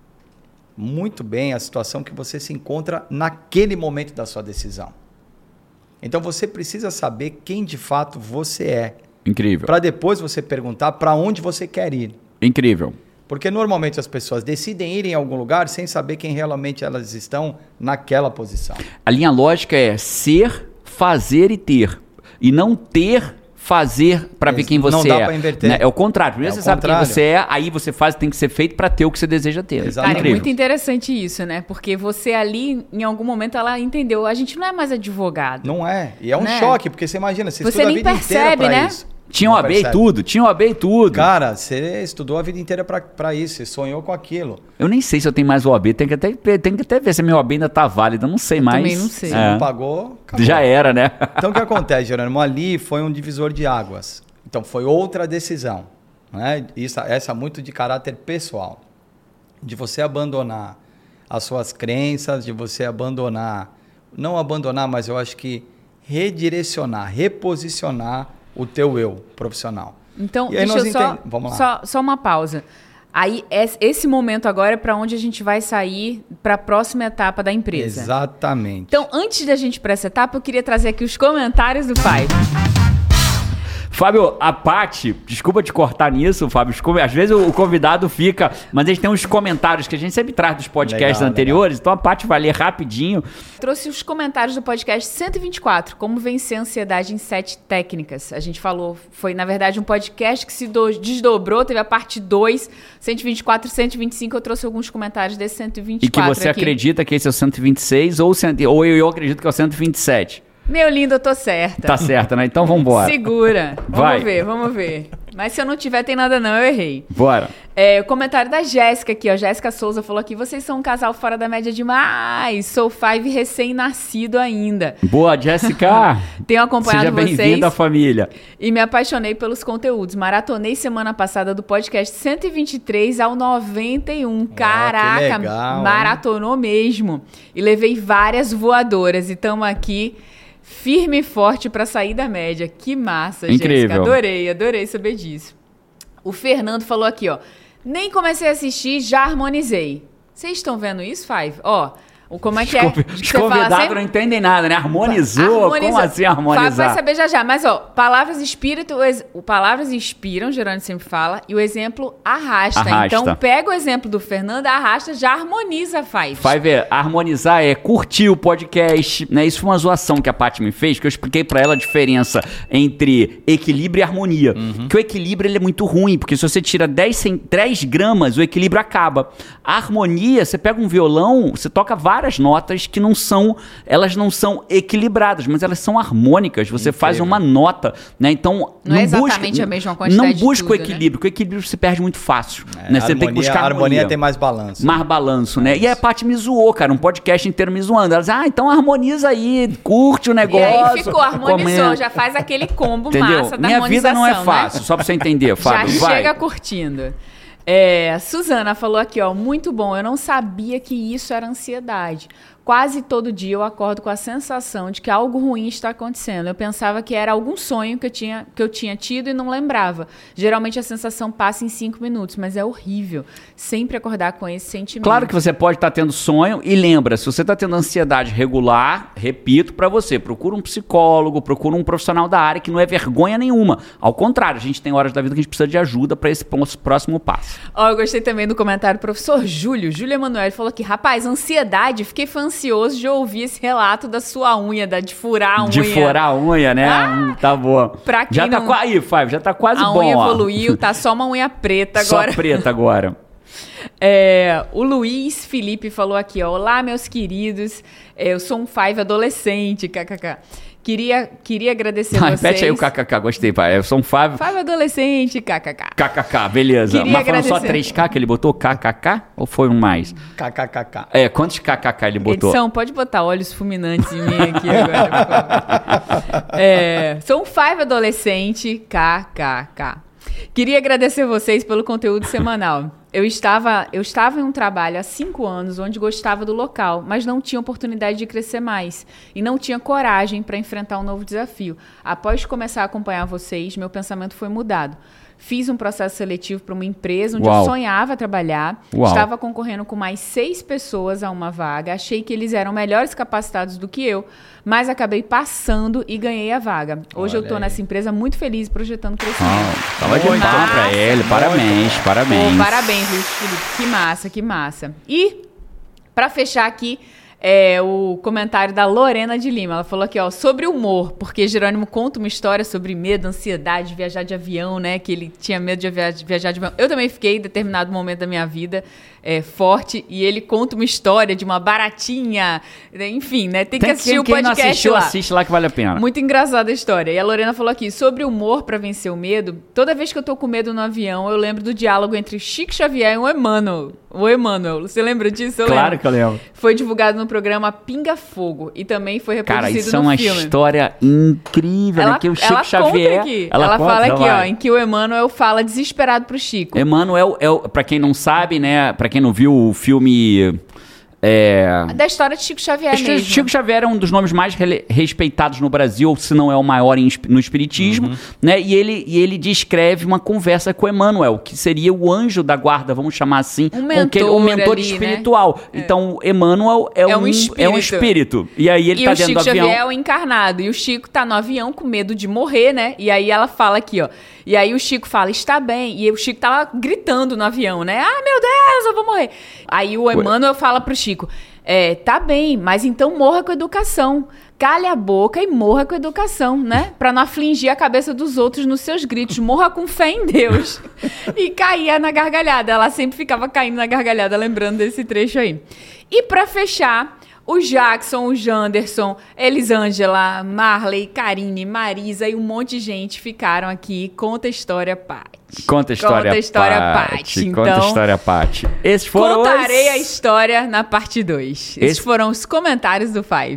muito bem a situação que você se encontra naquele momento da sua decisão. Então, você precisa saber quem de fato você é. Incrível. Para depois você perguntar para onde você quer ir. Incrível. Porque normalmente as pessoas decidem ir em algum lugar sem saber quem realmente elas estão naquela posição. A linha lógica é ser, fazer e ter. E não ter, fazer para ver Isso, quem você não dá é. pra inverter. Né? É o contrário. Primeiro É você o sabe contrário. quem você é, aí você faz, tem que ser feito para ter o que você deseja ter. Exato. Cara, é Incrível. muito interessante isso, né? Porque você ali, em algum momento, ela entendeu. A gente não é mais advogado. Não é. E é um Né? choque, porque você imagina, você, Você estuda a nem vida inteira percebe, pra né? isso. Tinha Não O A B e percebe. tudo, tinha O A B e tudo. Cara, você estudou a vida inteira pra, pra isso, você sonhou com aquilo. Eu nem sei se eu tenho mais O A B, tem que até, tem que até ver se a minha O A B ainda tá válida, eu não sei mais. também não sei. Se É. não pagou, acabou. Já era, né? Então o que acontece, Jerônimo? Ali foi um divisor de águas. Então foi outra decisão. Né? Isso, essa muito de caráter pessoal. De você abandonar as suas crenças, de você abandonar, não abandonar, mas eu acho que redirecionar, reposicionar o teu eu profissional. Então, E aí deixa nós eu só, entende- Vamos lá. só, só uma pausa. Aí, es- esse momento agora é para onde a gente vai sair para a próxima etapa da empresa. Exatamente. Então, antes da gente ir para essa etapa, eu queria trazer aqui os comentários do Five. Fábio, a Paty, desculpa te cortar nisso, Fábio, os com- às vezes o convidado fica, mas eles têm uns comentários que a gente sempre traz dos podcasts Legal, anteriores, então a Paty vai ler rapidinho. Trouxe os comentários do podcast cento e vinte e quatro, como vencer a ansiedade em sete técnicas. A gente falou, foi na verdade um podcast que se do- desdobrou, teve a parte dois, cento e vinte e quatro, cento e vinte e cinco, eu trouxe alguns comentários desse cento e vinte e E que quatro você aqui. acredita que esse é o cento e vinte e seis ou, cento ou eu, eu acredito que é o cento e vinte e sete. Meu lindo, eu tô certa. Tá certa, né? Então vambora. Segura. Vai. Vamos ver, vamos ver. Mas se eu não tiver, tem nada não, eu errei. Bora. É, o comentário da Jéssica aqui, ó. Jéssica Souza falou aqui, vocês são um casal fora da média demais. Sou Five recém-nascido ainda. Boa, Jéssica. Tenho acompanhado Seja vocês. bem-vinda à família. E me apaixonei pelos conteúdos. Maratonei semana passada do podcast cento e vinte e três ao noventa e um. Caraca, que legal, maratonou mesmo. E levei várias voadoras. E estamos aqui firme e forte para sair da média. Que massa, Incrível. Jéssica. Adorei, adorei saber disso. O Fernando falou aqui, ó. Nem comecei a assistir, já harmonizei. Vocês estão vendo isso, Five? Ó, o como é que é? Os Você fala convidados sempre- não entendem nada, né? Harmonizou? Harmonizou. Como assim Fábio vai harmonizar? saber já já. Mas, ó, palavras espírito, o ex- o palavras inspiram, Gerônimo sempre fala, e o exemplo arrasta. Arrasta. Então, pega o exemplo do Fernando, arrasta, já harmoniza, faz. Vai ver, harmonizar é curtir o podcast, né? Isso foi uma zoação que a Paty me fez, que eu expliquei pra ela a diferença entre equilíbrio e harmonia. Que o equilíbrio ele é muito ruim, porque se você tira dez, cem- dez gramas, o equilíbrio acaba. A harmonia, você pega um violão, você toca várias notas que não são, elas não são equilibradas, mas elas são harmônicas. Você Incrível. faz uma nota, né? Então Não é exatamente busca, a mesma quantidade Não de busca tudo, o equilíbrio, porque o equilíbrio se perde muito fácil, É, né? a Você tem que harmonia- buscar a harmonia. harmonia tem mais balanço. Mais balanço, né? E a Paty me zoou, cara, um podcast inteiro me zoando. Ela disse, ah, então harmoniza aí, curte o E negócio. aí ficou, harmonizou, comenta. já faz aquele combo Entendeu? massa da Minha vida harmonização, não é né? fácil, só pra você entender, Fábio, Já vai. chega curtindo. É, Suzana falou aqui, ó, muito bom. Eu não sabia que isso era ansiedade. Quase todo dia eu acordo com a sensação de que algo ruim está acontecendo. Eu pensava que era algum sonho que eu tinha, que eu tinha tido e não lembrava. Geralmente a sensação passa em cinco minutos, mas é horrível. Sempre acordar com esse sentimento. Claro que você pode estar tendo sonho e lembra, se você está tendo ansiedade regular, repito pra você, procura um psicólogo, procura um profissional da área que não é vergonha nenhuma. Ao contrário, a gente tem horas da vida que a gente precisa de ajuda pra esse pos- próximo passo. Ó, eu gostei também do comentário do professor Júlio. Júlio Emanuel falou aqui, rapaz, ansiedade, fiquei ansioso de ouvir esse relato da sua unha, da de furar a unha. De furar a unha, né? Ah! Hum, tá boa. Pra quem já tá não- qua- aí, Fábio, já tá quase A bom, unha ó. evoluiu, tá só uma unha preta Só agora. preta agora. É, o Luiz Felipe falou aqui, ó, olá, meus queridos, é, eu sou um Five adolescente, kkk. Queria, queria agradecer Ah, vocês. repete aí o kkk, gostei, pai. Eu sou um Fábio. Five adolescente, kkk. kkk, beleza. Queria Mas foram só agradecer. três K que ele botou? kkk? Ou foi um mais? KKKK. É, quantos kkk ele botou? Edição, pode botar olhos fulminantes em mim aqui agora, por favor. É, sou um Five adolescente, kkk. Queria agradecer vocês pelo conteúdo semanal. Eu estava, eu estava em um trabalho há cinco anos onde gostava do local, mas não tinha oportunidade de crescer mais e não tinha coragem para enfrentar um novo desafio. Após começar a acompanhar vocês, meu pensamento foi mudado. Fiz um processo seletivo para uma empresa onde Uau. eu sonhava trabalhar. Uau. Estava concorrendo com mais seis pessoas a uma vaga. Achei que eles eram melhores capacitados do que eu, mas acabei passando e ganhei a vaga. Hoje Olha eu estou aí. nessa empresa muito feliz, projetando crescimento. Ah, salva de Muito palmas pra massa, ele. muito Parabéns, bom. parabéns. Pô, parabéns, Luiz Felipe. Que massa, que massa. E, pra fechar aqui, é, o comentário da Lorena de Lima. Ela falou aqui, ó, sobre humor, porque Jerônimo conta uma história sobre medo, ansiedade, viajar de avião, né? Que ele tinha medo de via- de viajar de avião. Eu também fiquei, em determinado momento da minha vida, é, forte. E ele conta uma história de uma baratinha. Enfim, né? Tem que assistir quem, o quem podcast não assistiu, lá. assiste lá que vale a pena. Muito engraçada a história. E a Lorena falou aqui, sobre humor pra vencer o medo, toda vez que eu tô com medo no avião, eu lembro do diálogo entre Chico Xavier e o Emmanuel. O Emmanuel, você lembra disso? Eu Claro lembro. que eu lembro. Foi divulgado no programa Pinga Fogo e também foi Cara, reproduzido isso é no uma filme. história incrível, né? Que o Chico ela Xavier... conta aqui. Ela, conta, fala aqui, ó, vai. em que o Emmanuel fala desesperado pro Chico. Emmanuel, é, o- pra quem não sabe, né? Pra quem não viu o filme... É... Da história de Chico Xavier Acho que mesmo. Chico Xavier é um dos nomes mais rele- respeitados no Brasil, se não é o maior em esp- no espiritismo, né? E ele, e ele descreve uma conversa com Emmanuel, que seria o anjo da guarda, vamos chamar assim, Um com aquele- mentor um mentor ali, né? espiritual. Então, Emmanuel é, É um um, é um espírito. espírito. E aí ele E tá o dentro Chico do avião. Xavier é o encarnado. E o Chico tá no avião com medo de morrer, né? E aí ela fala aqui, ó. E aí o Chico fala, está bem. E o Chico tava gritando no avião, né? Ah, meu Deus, eu vou morrer. Aí o Emmanuel fala pro Chico, é, tá bem, mas então morra com educação. Cale a boca e morra com educação, né? Pra não afligir a cabeça dos outros nos seus gritos. Morra com fé em Deus. E caía na gargalhada. Ela sempre ficava caindo na gargalhada, lembrando desse trecho aí. E pra fechar... O Jackson, o Janderson, Elisângela, Marley, Karine, Marisa e um monte de gente ficaram aqui. Conta a história, Paty. Conta a história, Conta a história, Paty. Paty. Conta a Então, história, Paty. Esses foram contarei os... a história na parte dois. Esses Esse- foram os comentários do Five.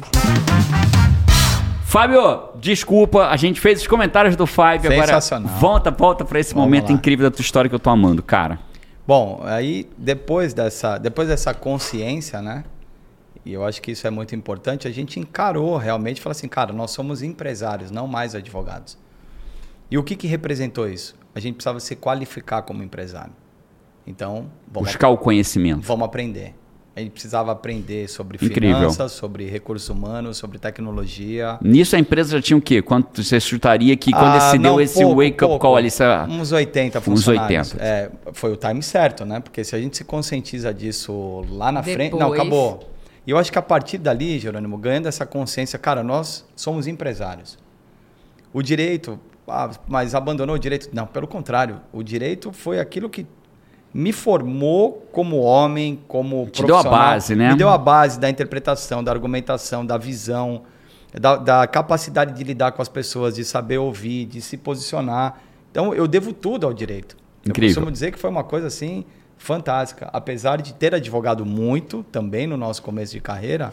Fábio, desculpa, a gente fez os comentários do Five. Agora Sensacional. volta, volta pra esse Vamos momento lá. incrível da tua história que eu tô amando, cara. Bom, aí depois dessa, depois dessa consciência, né? E eu acho que isso é muito importante, a gente encarou realmente, falou assim, cara, nós somos empresários, não mais advogados. E o que que representou isso? A gente precisava se qualificar como empresário. Então, vamos, Buscar o conhecimento. vamos aprender. A gente precisava aprender sobre Incrível. finanças, sobre recursos humanos, sobre tecnologia. Nisso a empresa já tinha o quê? Quanto você chutaria que quando Ah, se deu não, esse pouco, wake-up pouco. call ali? Você... Uns oitenta Uns funcionários. oitenta. É, foi o time certo, né? Porque se a gente se conscientiza disso lá na frente... Não, Depois. acabou. E eu acho que a partir dali, Jerônimo, ganhando essa consciência, cara, nós somos empresários. O direito... Ah, mas abandonou o direito? Não, pelo contrário. O direito foi aquilo que me formou como homem, como Te deu a profissional. base, né? Me deu a base da interpretação, da argumentação, da visão, da, da capacidade de lidar com as pessoas, de saber ouvir, de se posicionar. Então, eu devo tudo ao direito. Incrível. Eu costumo dizer que foi uma coisa, assim, fantástica. Apesar de ter advogado muito, também no nosso começo de carreira,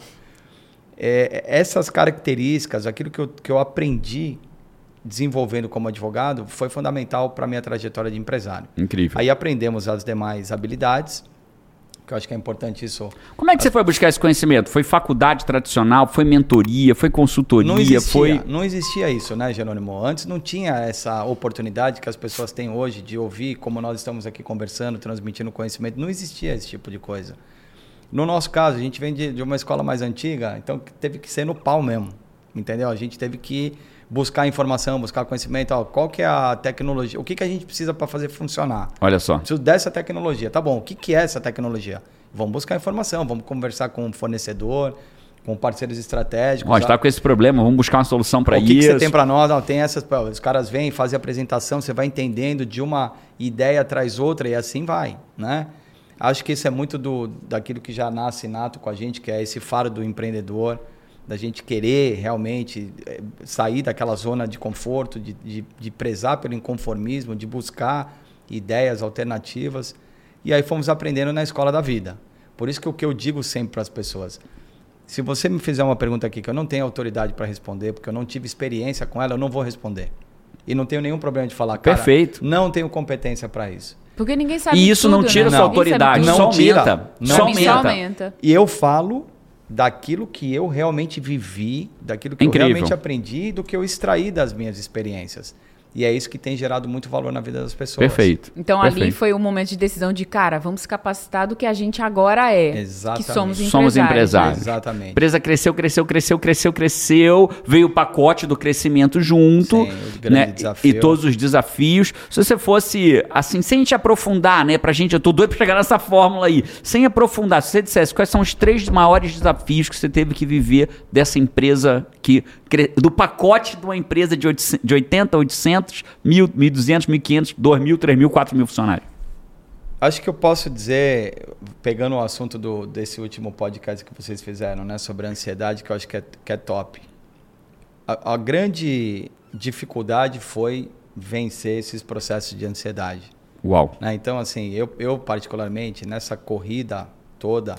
é, essas características, aquilo que eu, que eu aprendi desenvolvendo como advogado, foi fundamental para a minha trajetória de empresário. Incrível. Aí aprendemos as demais habilidades, que eu acho que é importante isso. Como é que você foi buscar esse conhecimento? Foi faculdade tradicional? Foi mentoria? Foi consultoria? Não existia, Foi... não existia isso, né, Jerônimo? Antes não tinha essa oportunidade que as pessoas têm hoje de ouvir, como nós estamos aqui conversando, transmitindo conhecimento. Não existia esse tipo de coisa. No nosso caso, a gente vem de, de uma escola mais antiga, então teve que ser no pau mesmo, entendeu? A gente teve que buscar informação, buscar conhecimento, ó, qual que é a tecnologia, o que, que a gente precisa para fazer funcionar. Olha só. Preciso dessa tecnologia. Tá bom, o que, que é essa tecnologia? Vamos buscar informação, vamos conversar com o fornecedor, com parceiros estratégicos. Ó, a gente tá com esse problema, vamos buscar uma solução para O isso. que, que você tem para nós? Não, tem essas. Os caras vêm, fazem a apresentação, você vai entendendo de uma ideia atrás outra e assim vai, né? Acho que isso é muito do, daquilo que já nasce nato com a gente, que é esse faro do empreendedor, da gente querer realmente sair daquela zona de conforto, de, de, de prezar pelo inconformismo, de buscar ideias alternativas. E aí fomos aprendendo na escola da vida. Por isso que o que eu digo sempre para as pessoas, se você me fizer uma pergunta aqui que eu não tenho autoridade para responder, porque eu não tive experiência com ela, eu não vou responder. E não tenho nenhum problema de falar, cara, Perfeito. não tenho competência para isso. Porque ninguém sabe E isso tudo, não tira né? sua Ninguém sabe autoridade, tudo. Não só tira. aumenta. Não Só Só aumenta. aumenta. E eu falo daquilo que eu realmente vivi, daquilo que Incrível. eu realmente aprendi, do que eu extraí das minhas experiências. E é isso que tem gerado muito valor na vida das pessoas. Perfeito. Então Perfeito. ali foi o momento de decisão de, cara, vamos capacitar do que a gente agora é. Exatamente. Que somos empresários. Somos empresários. Exatamente. A empresa cresceu, cresceu, cresceu, cresceu, cresceu. Veio o pacote do crescimento junto. Sim, o grande né? desafio. E todos os desafios. Se você fosse, assim, sem a gente aprofundar, né? Pra gente, eu tô doido pra chegar nessa fórmula aí. Sem aprofundar, se você dissesse quais são os três maiores desafios que você teve que viver dessa empresa, que do pacote de uma empresa de oitenta, oitocentos, mil, mil e duzentos, mil e quinhentos, dois mil, três mil, quatro mil funcionários. Acho que eu posso dizer, pegando o assunto do, desse último podcast que vocês fizeram, né, sobre a ansiedade, que eu acho que é, que é top. A, a grande dificuldade foi vencer esses processos de ansiedade. Uau. Né? Então, assim, eu, eu particularmente, nessa corrida toda,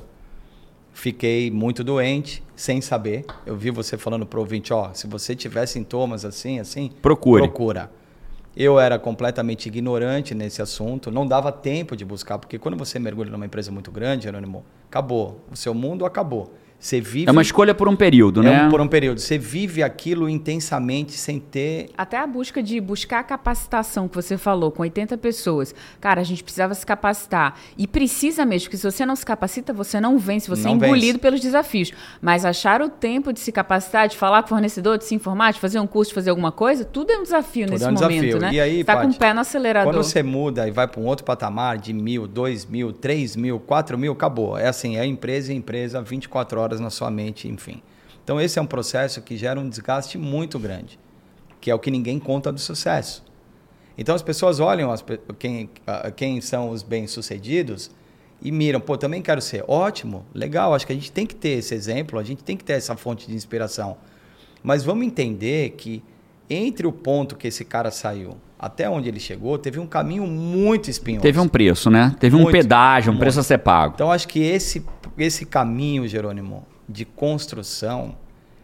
fiquei muito doente, sem saber. Eu vi você falando para o ouvinte, ó, se você tiver sintomas assim, assim, Procure. procura. Eu era completamente ignorante nesse assunto, não dava tempo de buscar, porque quando você mergulha numa empresa muito grande, Jerônimo, acabou. O seu mundo acabou. Você vive... É uma escolha por um período, é né? um, por um período. Você vive aquilo intensamente sem ter... Até a busca de buscar a capacitação que você falou, com oitenta pessoas. Cara, a gente precisava se capacitar. E precisa mesmo, porque se você não se capacita, você não vence, você Não é engolido vence. pelos desafios. Mas achar o tempo de se capacitar, de falar com o fornecedor, de se informar, de fazer um curso, de fazer alguma coisa, tudo é um desafio Tudo nesse é um momento, desafio. né? E aí, você tá com o Paty, pé no acelerador. Quando você muda e vai para um outro patamar de mil, dois mil, três mil, quatro mil, acabou. É assim, é empresa e empresa, vinte e quatro horas na sua mente, enfim. Então esse é um processo que gera um desgaste muito grande, que é o que ninguém conta do sucesso. Então as pessoas olham as, quem, quem são os bem-sucedidos e miram, pô, também quero ser. Ótimo, legal, acho que a gente tem que ter esse exemplo, a gente tem que ter essa fonte de inspiração. Mas vamos entender que entre o ponto que esse cara saiu até onde ele chegou, teve um caminho muito espinhoso. Teve um preço, né? Teve muito, um pedágio, um muito. preço a ser pago. Então, acho que esse, esse caminho, Jerônimo, de construção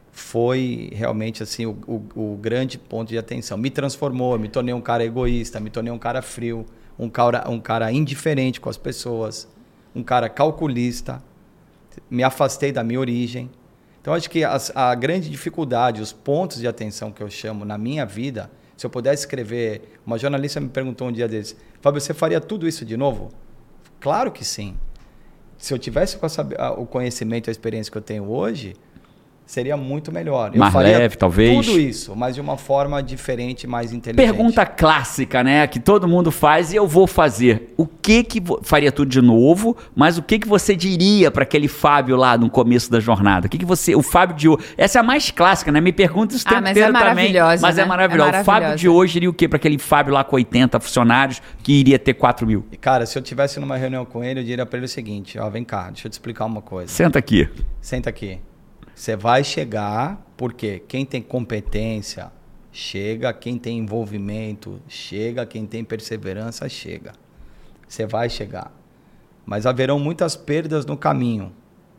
foi realmente assim o, o, o grande ponto de atenção. Me transformou, me tornei um cara egoísta, me tornei um cara frio, um cara, um cara indiferente com as pessoas, um cara calculista, me afastei da minha origem. Então, acho que as, a grande dificuldade, os pontos de atenção que eu chamo na minha vida, se eu pudesse escrever... Uma jornalista me perguntou um dia desses, Fábio, você faria tudo isso de novo? Claro que sim. Se eu tivesse com essa, o conhecimento e a experiência que eu tenho hoje, seria muito melhor. Mais eu faria leve, talvez. Tudo isso, mas de uma forma diferente, mais inteligente. Pergunta clássica, né? Que todo mundo faz e eu vou fazer. O que que... Vo... Faria tudo de novo, mas o que que você diria para aquele Fábio lá no começo da jornada? O que que você... O Fábio de hoje... Essa é a mais clássica, né? Me pergunta isso o tempo ah, inteiro é também. Mas né? é maravilhoso. É o Fábio de hoje diria o quê para aquele Fábio lá com oitenta funcionários que iria ter quatro mil? Cara, se eu tivesse numa reunião com ele, eu diria para ele o seguinte, ó, vem cá, deixa eu te explicar uma coisa. Senta aqui. Senta aqui. Você vai chegar, porque quem tem competência chega, quem tem envolvimento chega, quem tem perseverança chega. Você vai chegar. Mas haverão muitas perdas no caminho.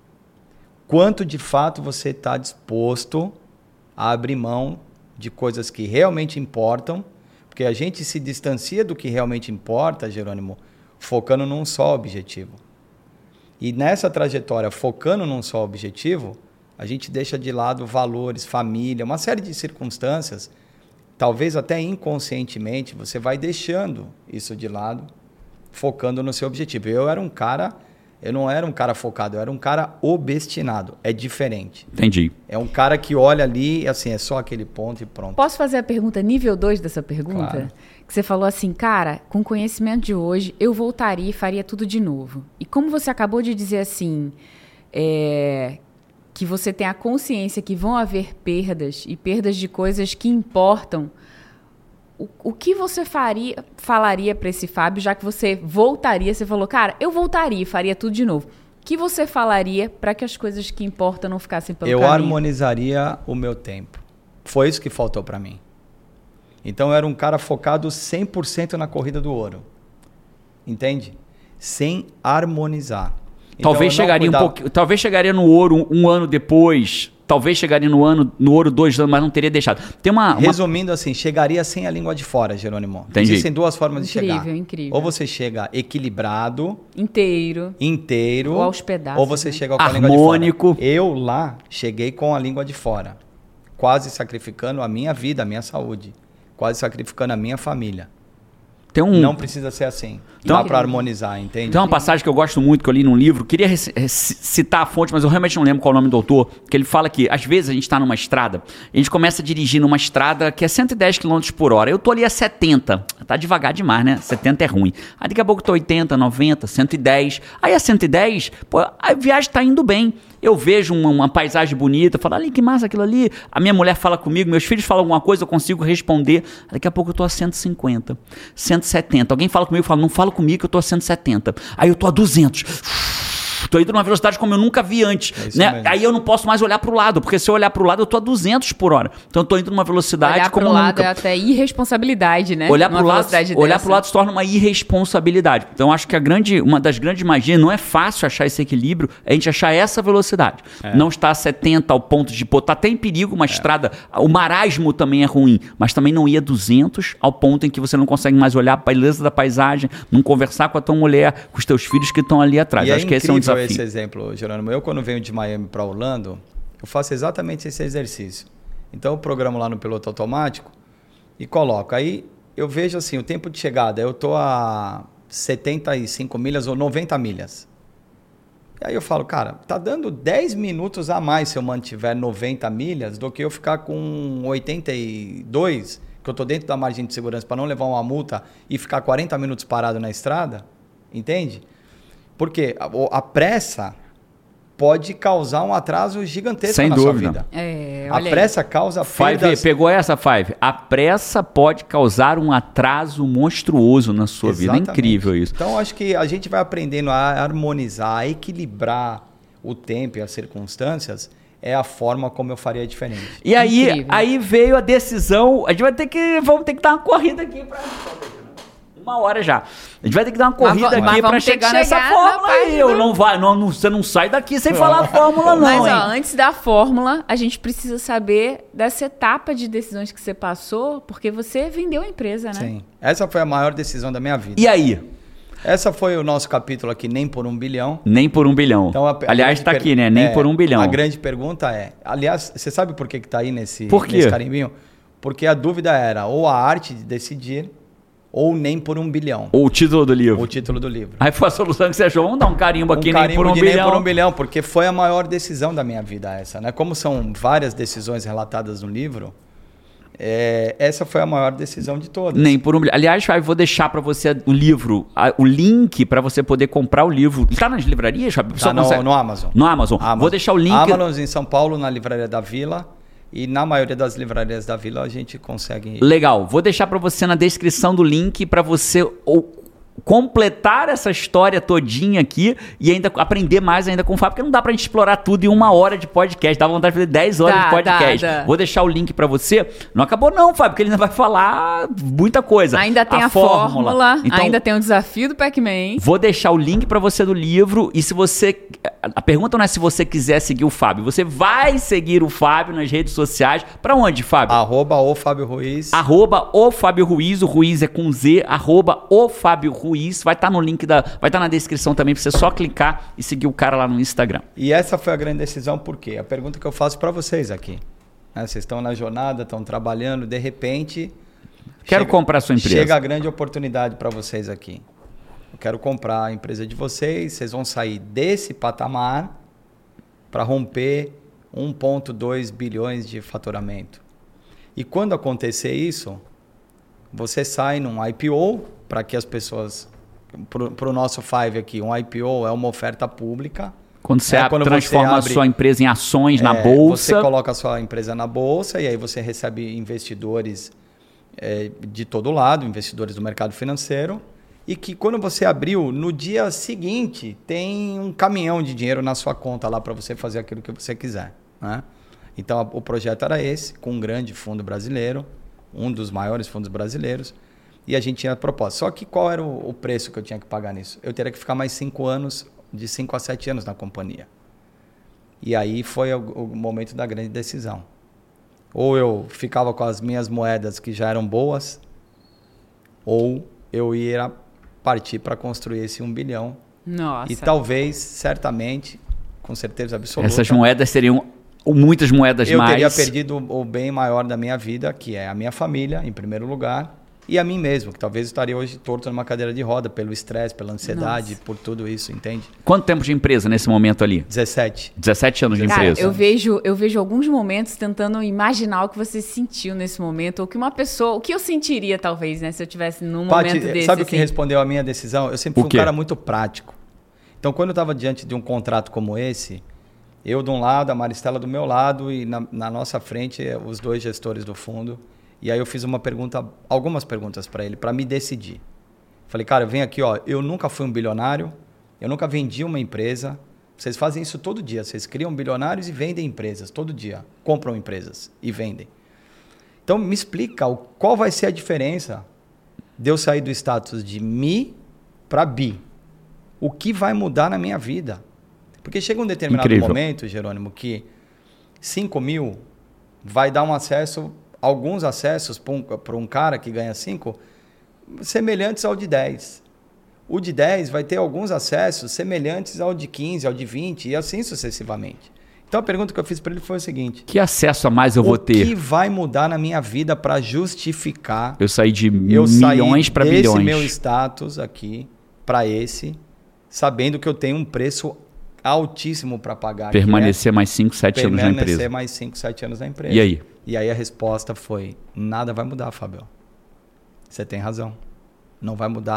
Quanto de fato você está disposto a abrir mão de coisas que realmente importam, porque a gente se distancia do que realmente importa, Jerônimo, focando num só objetivo. E nessa trajetória, focando num só objetivo, a gente deixa de lado valores, família, uma série de circunstâncias, talvez até inconscientemente, você vai deixando isso de lado, focando no seu objetivo. Eu era um cara, eu não era um cara focado, eu era um cara obstinado. É diferente. Entendi. É um cara que olha ali, assim, é só aquele ponto e pronto. Posso fazer a pergunta nível dois dessa pergunta? Claro. Que você falou assim, cara, com o conhecimento de hoje, eu voltaria e faria tudo de novo. E como você acabou de dizer assim, é... que você tem a consciência que vão haver perdas e perdas de coisas que importam, o, o que você faria, falaria para esse Fábio, já que você voltaria, você falou, cara, eu voltaria e faria tudo de novo. O que você falaria para que as coisas que importam não ficassem pelo eu caminho? Eu harmonizaria o meu tempo. Foi isso que faltou para mim. Então eu era um cara focado cem por cento na corrida do ouro. Entende? Sem harmonizar. Então, talvez chegaria um pouco, talvez chegaria no ouro um, um ano depois, talvez chegaria no ano no ouro dois anos, mas não teria deixado. Tem uma, uma... Resumindo assim, chegaria sem a língua de fora, Jerônimo. Entendi. Existem duas formas incrível, de chegar. Incrível. Ou você chega equilibrado, inteiro, inteiro, ou aos pedaços, ou você né? chega com harmônico. A língua de fora. Eu lá cheguei com a língua de fora, quase sacrificando a minha vida, a minha saúde, quase sacrificando a minha família. Tem um... Não precisa ser assim. Então, dá para harmonizar, entende? Tem uma passagem que eu gosto muito, que eu li num livro, queria citar a fonte, mas eu realmente não lembro qual é o nome do autor, que ele fala que, às vezes, a gente está numa estrada, a gente começa a dirigir numa estrada que é cento e dez quilômetros por hora. Eu tô ali a setenta, tá devagar demais, né? setenta é ruim. Aí daqui a pouco eu tô oitenta, noventa, cento e dez. Aí a cento e dez, pô, a viagem tá indo bem. Eu vejo uma, uma paisagem bonita, falo, ali, que massa aquilo ali. A minha mulher fala comigo, meus filhos falam alguma coisa, eu consigo responder. Daqui a pouco eu tô a cento e cinquenta, cento e setenta. Alguém fala comigo, fala, não fala comigo que eu tô a cento e setenta. Aí eu tô a duzentos. Tô indo numa velocidade como eu nunca vi antes, é né? Aí eu não posso mais olhar pro lado, porque se eu olhar pro lado eu tô a duzentos por hora. Então eu tô indo numa velocidade olhar como pro lado nunca. é até irresponsabilidade, né? Olhar Numa pro lado, velocidade olhar dessa. pro lado se torna uma irresponsabilidade. Então acho que a grande, uma das grandes magias, não é fácil achar esse equilíbrio, é a gente achar essa velocidade. É. Não estar a setenta ao ponto de, pô, tá até em perigo uma é. estrada, o marasmo também é ruim, mas também não ir a duzentos ao ponto em que você não consegue mais olhar para a beleza da paisagem, não conversar com a tua mulher, com os teus filhos que estão ali atrás. E acho é que esse é um desafio. Esse exemplo, Jerônimo. Eu, quando venho de Miami para Orlando, eu faço exatamente esse exercício. Então, eu programo lá no piloto automático e coloco. Aí, eu vejo assim, o tempo de chegada, eu estou a setenta e cinco milhas ou noventa milhas. E aí eu falo, cara, tá dando dez minutos a mais se eu mantiver noventa milhas do que eu ficar com oitenta e dois, que eu estou dentro da margem de segurança para não levar uma multa e ficar quarenta minutos parado na estrada, entende? Porque a, a pressa pode causar um atraso gigantesco Sem na dúvida. sua vida. É, olha A aí. pressa causa Five, perdas... pegou essa, Five? A pressa pode causar um atraso monstruoso na sua Exatamente. vida. É incrível isso. Então, acho que a gente vai aprendendo a harmonizar, a equilibrar o tempo e as circunstâncias, é a forma como eu faria diferente. E aí, Incrível. aí veio a decisão. A gente vai ter que. Vamos ter que dar uma corrida aqui pra. Uma hora já. A gente vai ter que dar uma corrida Mas va- mas aqui pra vamos ter que chegar nessa chegar na fórmula parte aí. Eu do- não vai, não, não- você não sai daqui sem falar a fórmula, não. Mas, ó, hein? antes da fórmula, a gente precisa saber dessa etapa de decisões que você passou, porque você vendeu a empresa, né? Sim. Essa foi a maior decisão da minha vida. E aí? Essa foi o nosso capítulo aqui, Nem por um Bilhão. Nem por um bilhão. Então, a- a Aliás, grande tá per- aqui, né? Nem é, por um bilhão. A grande pergunta é... Aliás, você sabe por que que tá aí nesse, Por quê? nesse carimbinho? Porque a dúvida era ou a arte de decidir ou Nem por um Bilhão. Ou o título do livro. O título do livro. Aí foi a solução que você achou. Vamos dar um carimbo aqui, um nem carimbo por um de bilhão. Nem por um bilhão, porque foi a maior decisão da minha vida essa, né? Como são várias decisões relatadas no livro, é, essa foi a maior decisão de todas. Nem por um bilhão. Aliás, Fábio, vou deixar pra você o livro, a- o link pra você poder comprar o livro. Tá nas livrarias, Fábio? Tá no, no Amazon. No Amazon. Amazon. Vou deixar o link. Amazon em São Paulo, na Livraria da Vila. E na maioria das livrarias da Vila a gente consegue... Legal. Vou deixar pra você na descrição do link pra você ou, completar essa história todinha aqui e ainda aprender mais ainda com o Fábio, porque não dá pra gente explorar tudo em uma hora de podcast. Dá vontade de fazer dez horas Dá, de podcast. dá, dá. Vou deixar o link pra você. Não acabou não, Fábio, porque ele ainda vai falar muita coisa. Ainda tem a, fórmula, ainda tem o desafio do Pac-Man. Vou deixar o link pra você do livro e se você... A pergunta não é se você quiser seguir o Fábio. Você vai seguir o Fábio nas redes sociais. Pra onde, Fábio? Arroba o Fábio Ruiz. Arroba o Fábio Ruiz. O Ruiz é com Z. Arroba o Fábio Ruiz. Vai estar no link da... Vai estar na descrição também pra você só clicar e seguir o cara lá no Instagram. E essa foi a grande decisão, por quê? A pergunta que eu faço pra vocês aqui. Né? Vocês estão na jornada, estão trabalhando, de repente... Quero chega- comprar a sua empresa. Chega a grande oportunidade pra vocês aqui. Eu quero comprar a empresa de vocês, vocês vão sair desse patamar para romper um vírgula dois bilhões de faturamento. E quando acontecer isso, você sai num I P O, para que as pessoas, para o nosso Five aqui, um I P O é uma oferta pública. Quando você É, ab- quando transforma você a abre- sua empresa em ações na É, bolsa. Você coloca a sua empresa na bolsa e aí você recebe investidores é, de todo lado, investidores do mercado financeiro. E que quando você abriu, no dia seguinte, tem um caminhão de dinheiro na sua conta lá para você fazer aquilo que você quiser. Né? Então a- o projeto era esse, com um grande fundo brasileiro, um dos maiores fundos brasileiros, e a gente tinha a proposta. Só que qual era o, o preço que eu tinha que pagar nisso? Eu teria que ficar mais cinco anos, de cinco a sete anos na companhia. E aí foi o, o momento da grande decisão. Ou eu ficava com as minhas moedas que já eram boas, ou eu ia partir para construir esse um bilhão. Nossa. E talvez, certamente, com certeza absoluta, Essas moedas seriam muitas moedas eu mais. teria perdido o bem maior da minha vida, que é a minha família, em primeiro lugar, e a mim mesmo, que talvez estaria hoje torto numa cadeira de roda, pelo estresse, pela ansiedade, Nossa. por tudo isso, entende? Quanto tempo de empresa nesse momento ali? dezessete. dezessete anos de Cara, empresa. eu vejo, eu vejo alguns momentos tentando imaginar o que você sentiu nesse momento, ou que uma pessoa, o que eu sentiria talvez, né, se eu tivesse num Paty, momento desse. sabe o que assim. respondeu a minha decisão? Eu sempre O fui um quê? cara muito prático. Então, quando eu estava diante de um contrato como esse, eu de um lado, a Maristela do meu lado e na, na nossa frente os dois gestores do fundo. E aí eu fiz uma pergunta, algumas perguntas para ele, para me decidir. Falei, cara, vem aqui, ó, eu nunca fui um bilionário, eu nunca vendi uma empresa. Vocês fazem isso todo dia, vocês criam bilionários e vendem empresas todo dia, compram empresas e vendem. Então me explica o, qual vai ser a diferença de eu sair do status de Mi para Bi. O que vai mudar na minha vida? Porque chega um determinado Incrível. momento, Jerônimo, que cinco mil vai dar um acesso, alguns acessos para um, para um cara que ganha cinco, semelhantes ao de dez. O de dez vai ter alguns acessos semelhantes ao de quinze, ao de vinte e assim sucessivamente. Então a pergunta que eu fiz para ele foi o seguinte: Que acesso a mais eu vou o ter? que vai mudar na minha vida para justificar Eu saí de eu milhões sair para desse bilhões. meu status aqui para esse, sabendo que eu tenho um preço altíssimo para pagar. que é Permanecer mais cinco, sete anos na permanecer empresa. mais cinco, sete anos na empresa. E aí? E aí a resposta foi: nada vai mudar, Fábio. Você tem razão. Não vai mudar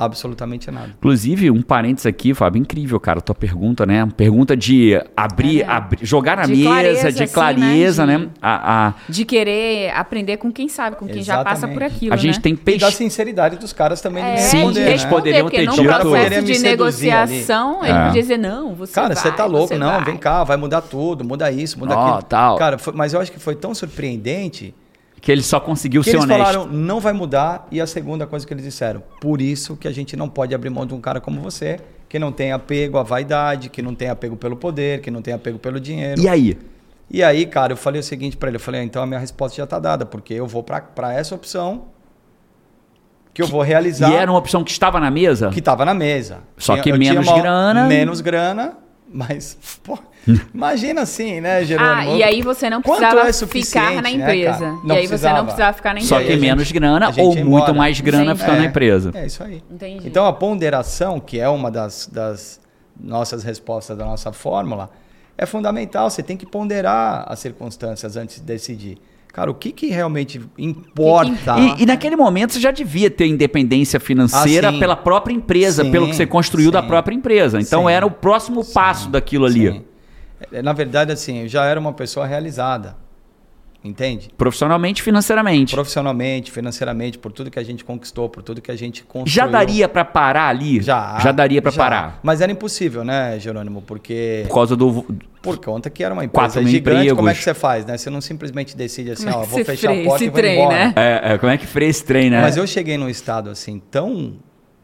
Absolutamente nada. Inclusive, um parênteses aqui, Fábio, incrível, cara, tua pergunta, né? Pergunta de abrir, é. abrir jogar na de mesa, clareza, de clareza, assim, né? De, né? A, a... de querer aprender com quem sabe, com quem Exatamente. já passa por aquilo, A gente né? tem peixe... E da sinceridade dos caras também é, de Sim, responder, eles né? poderiam ter dito... No processo de negociação, ele é. podia dizer, não, você Cara, vai, você tá louco, não, vai. vem cá, vai mudar tudo, muda isso, muda oh, aquilo. Tal. Cara, foi, mas eu acho que foi tão surpreendente... Que ele só conseguiu que ser eles honesto. falaram, não vai mudar. E a segunda coisa que eles disseram, por isso que a gente não pode abrir mão de um cara como você, que não tem apego à vaidade, que não tem apego pelo poder, que não tem apego pelo dinheiro. E aí? E aí, cara, eu falei o seguinte pra ele, eu falei, ah, então a minha resposta já tá dada, porque eu vou pra, pra essa opção que eu vou realizar. E era uma opção que estava na mesa? Que estava na mesa. Só Tinha, que menos uma, grana. Menos grana, mas, pô, imagina assim, né, Jerônimo? Ah, e aí você não precisava é ficar na empresa. Né, e aí você não precisava ficar na empresa. Só que menos gente, grana ou muito mais grana ficando é, na empresa. É isso aí. Entendi. Então a ponderação, que é uma das, das nossas respostas da nossa fórmula, é fundamental. Você tem que ponderar as circunstâncias antes de decidir. Cara, o que, que realmente importa? Que que... E, e naquele momento você já devia ter independência financeira ah, pela própria empresa, sim, pelo que você construiu sim, da própria empresa. Então sim, era o próximo sim, passo daquilo ali. Sim. Na verdade, assim, eu já era uma pessoa realizada. Entende? Profissionalmente, financeiramente. Profissionalmente, financeiramente, por tudo que a gente conquistou, por tudo que a gente construiu. Já daria para parar ali? Já. Já daria para parar. Mas era impossível, né, Jerônimo? Porque... Por causa do... Por conta que era uma empresa gigante, empregos. Como é que você faz, né? Você não simplesmente decide assim, ó, vou fechar freia, a porta e vou trem, embora. Né? É, é, como é que freia esse trem, né? Mas eu cheguei num estado assim, tão,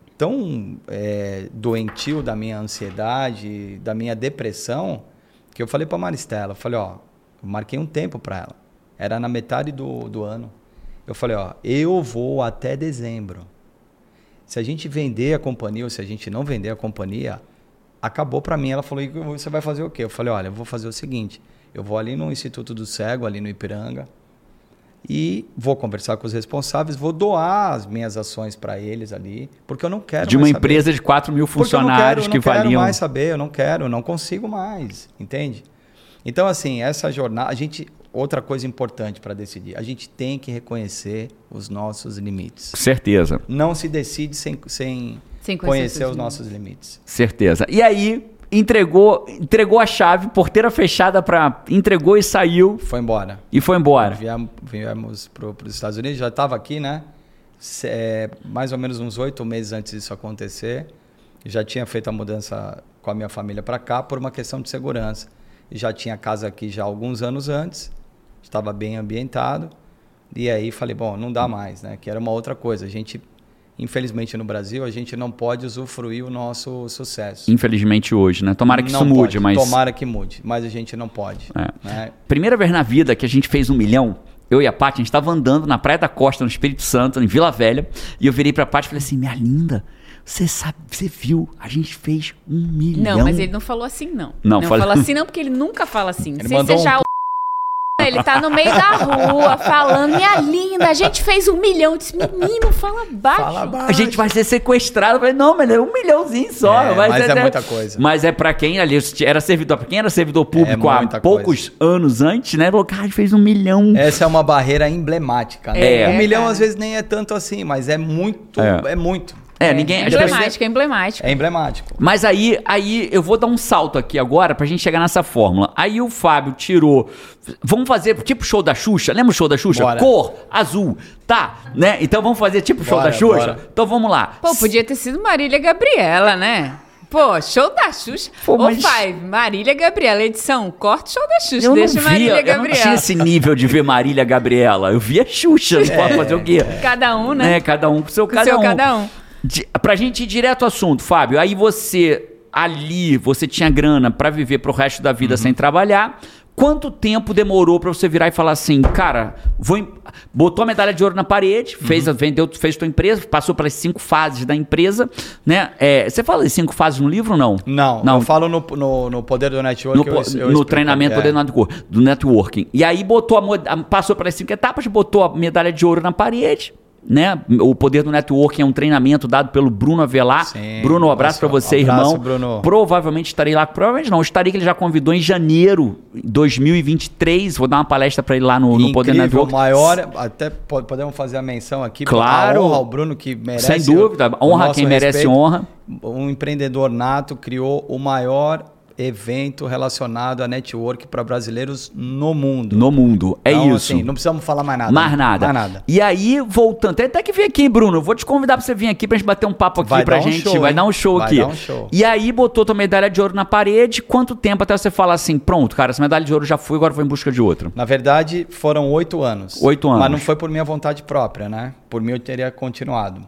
tão é, doentio da minha ansiedade, da minha depressão, que eu falei pra Maristela, eu falei, ó, eu marquei um tempo para ela. Era na metade do, do ano. Eu falei, ó, eu vou até dezembro. Se a gente vender a companhia ou se a gente não vender a companhia, acabou para mim. Ela falou, e você vai fazer o quê? Eu falei, olha, eu vou fazer o seguinte, eu vou ali no Instituto do Cego, ali no Ipiranga, e vou conversar com os responsáveis, vou doar as minhas ações para eles ali, porque eu não quero de uma empresa de quatro mil funcionários que valiam... Eu não quero mais saber, eu não quero, eu não consigo mais, entende? Então, assim, essa jornada, a gente... Outra coisa importante para decidir, a gente tem que reconhecer os nossos limites. Certeza. Não se decide sem, sem, sem conhecer, conhecer os nossos limites. Certeza. E aí, entregou, entregou a chave, porteira fechada, para entregou e saiu. Foi embora. E foi embora. Viemos, viemos para os Estados Unidos, já estava aqui, né? É, mais ou menos uns oito meses antes disso acontecer. Já tinha feito a mudança com a minha família para cá por uma questão de segurança. Já tinha casa aqui já há alguns anos antes. Estava bem ambientado, e aí falei, bom, não dá mais, né? Que era uma outra coisa. A gente, infelizmente no Brasil, a gente não pode usufruir o nosso sucesso. Infelizmente hoje, né? Tomara que não isso mude, pode. mas... Tomara que mude, mas a gente não pode. É. Né? Primeira vez na vida que a gente fez um milhão, eu e a Paty, a gente estava andando na Praia da Costa, no Espírito Santo, em Vila Velha, e eu virei pra Paty e falei assim, minha linda... Você sabe, você viu, a gente fez um milhão. Não, mas ele não falou assim, não. Não, não fala... falou assim, não, porque ele nunca fala assim. Ele mandou já... um... Ele tá no meio da rua falando, minha linda, a gente fez um milhão. Eu disse, menino, fala baixo. Fala baixo. A gente vai ser sequestrado. Eu falei, não, mas é um milhãozinho só. É, mas é, é muita coisa. Mas é pra quem ali, era servidor, pra quem era servidor público é há poucos coisa. anos antes, né? Falou, cara, a gente fez um milhão. Essa é uma barreira emblemática, né? É. Um milhão cara. às vezes nem é tanto assim, mas é muito, é, é muito. É, ninguém... É emblemático, é emblemático. É emblemático. Mas aí, aí eu vou dar um salto aqui agora pra gente chegar nessa fórmula. Aí o Fábio tirou... Vamos fazer tipo show da Xuxa? Lembra o show da Xuxa? Bora. Cor, azul, tá? Né? Então vamos fazer tipo show Bora, da Xuxa? bora. Então vamos lá. Pô, podia ter sido Marília Gabriela, né? Pô, show da Xuxa. Ô, mas... pai, Marília Gabriela, edição, corta o show da Xuxa, eu deixa não Marília via, Gabriela. Eu não tinha esse nível de ver Marília Gabriela. Eu via Xuxa, não pode fazer o quê? Cada um, né? É, cada um com o seu com cada seu um. cada um. De, pra gente ir direto ao assunto, Fábio, aí você, ali, você tinha grana pra viver pro resto da vida uhum. sem trabalhar. Quanto tempo demorou pra você virar e falar assim, cara, vou em... botou a medalha de ouro na parede, uhum. fez, vendeu, fez tua empresa, passou pelas cinco fases da empresa, né? É, você fala de cinco fases no livro ou não? Não, não. Eu falo no, no, no Poder do Networking. No, eu, eu no treinamento é. Poder do Networking. E aí botou a, passou pelas cinco etapas, botou a medalha de ouro na parede, né? O Poder do Networking é um treinamento dado pelo Bruno Avelar. Sim, Bruno, um abraço para você, um abraço, irmão. Bruno. Provavelmente estarei lá. Provavelmente não, estarei que ele já convidou em janeiro de dois mil e vinte e três. Vou dar uma palestra para ele lá no, no Poder do Networking. Maior, até podemos fazer a menção aqui. Claro. A honra ao Bruno, que merece. Sem dúvida. Honra quem merece respeito. honra. Um empreendedor nato criou o maior evento relacionado a network para brasileiros no mundo. No mundo, é então, isso. Assim, não precisamos falar mais nada. Mais nada. Mais nada. E aí, voltando, tem até que vir aqui, Bruno. Vou te convidar para você vir aqui pra gente bater um papo aqui Vai pra dar um gente. show, vai hein? dar um show Vai aqui. dar um show. E aí, botou tua medalha de ouro na parede. Quanto tempo até você falar assim, pronto, cara, essa medalha de ouro já foi, agora vou em busca de outra? Na verdade, foram oito anos. Oito anos. Mas não foi por minha vontade própria, né? Por mim eu teria continuado.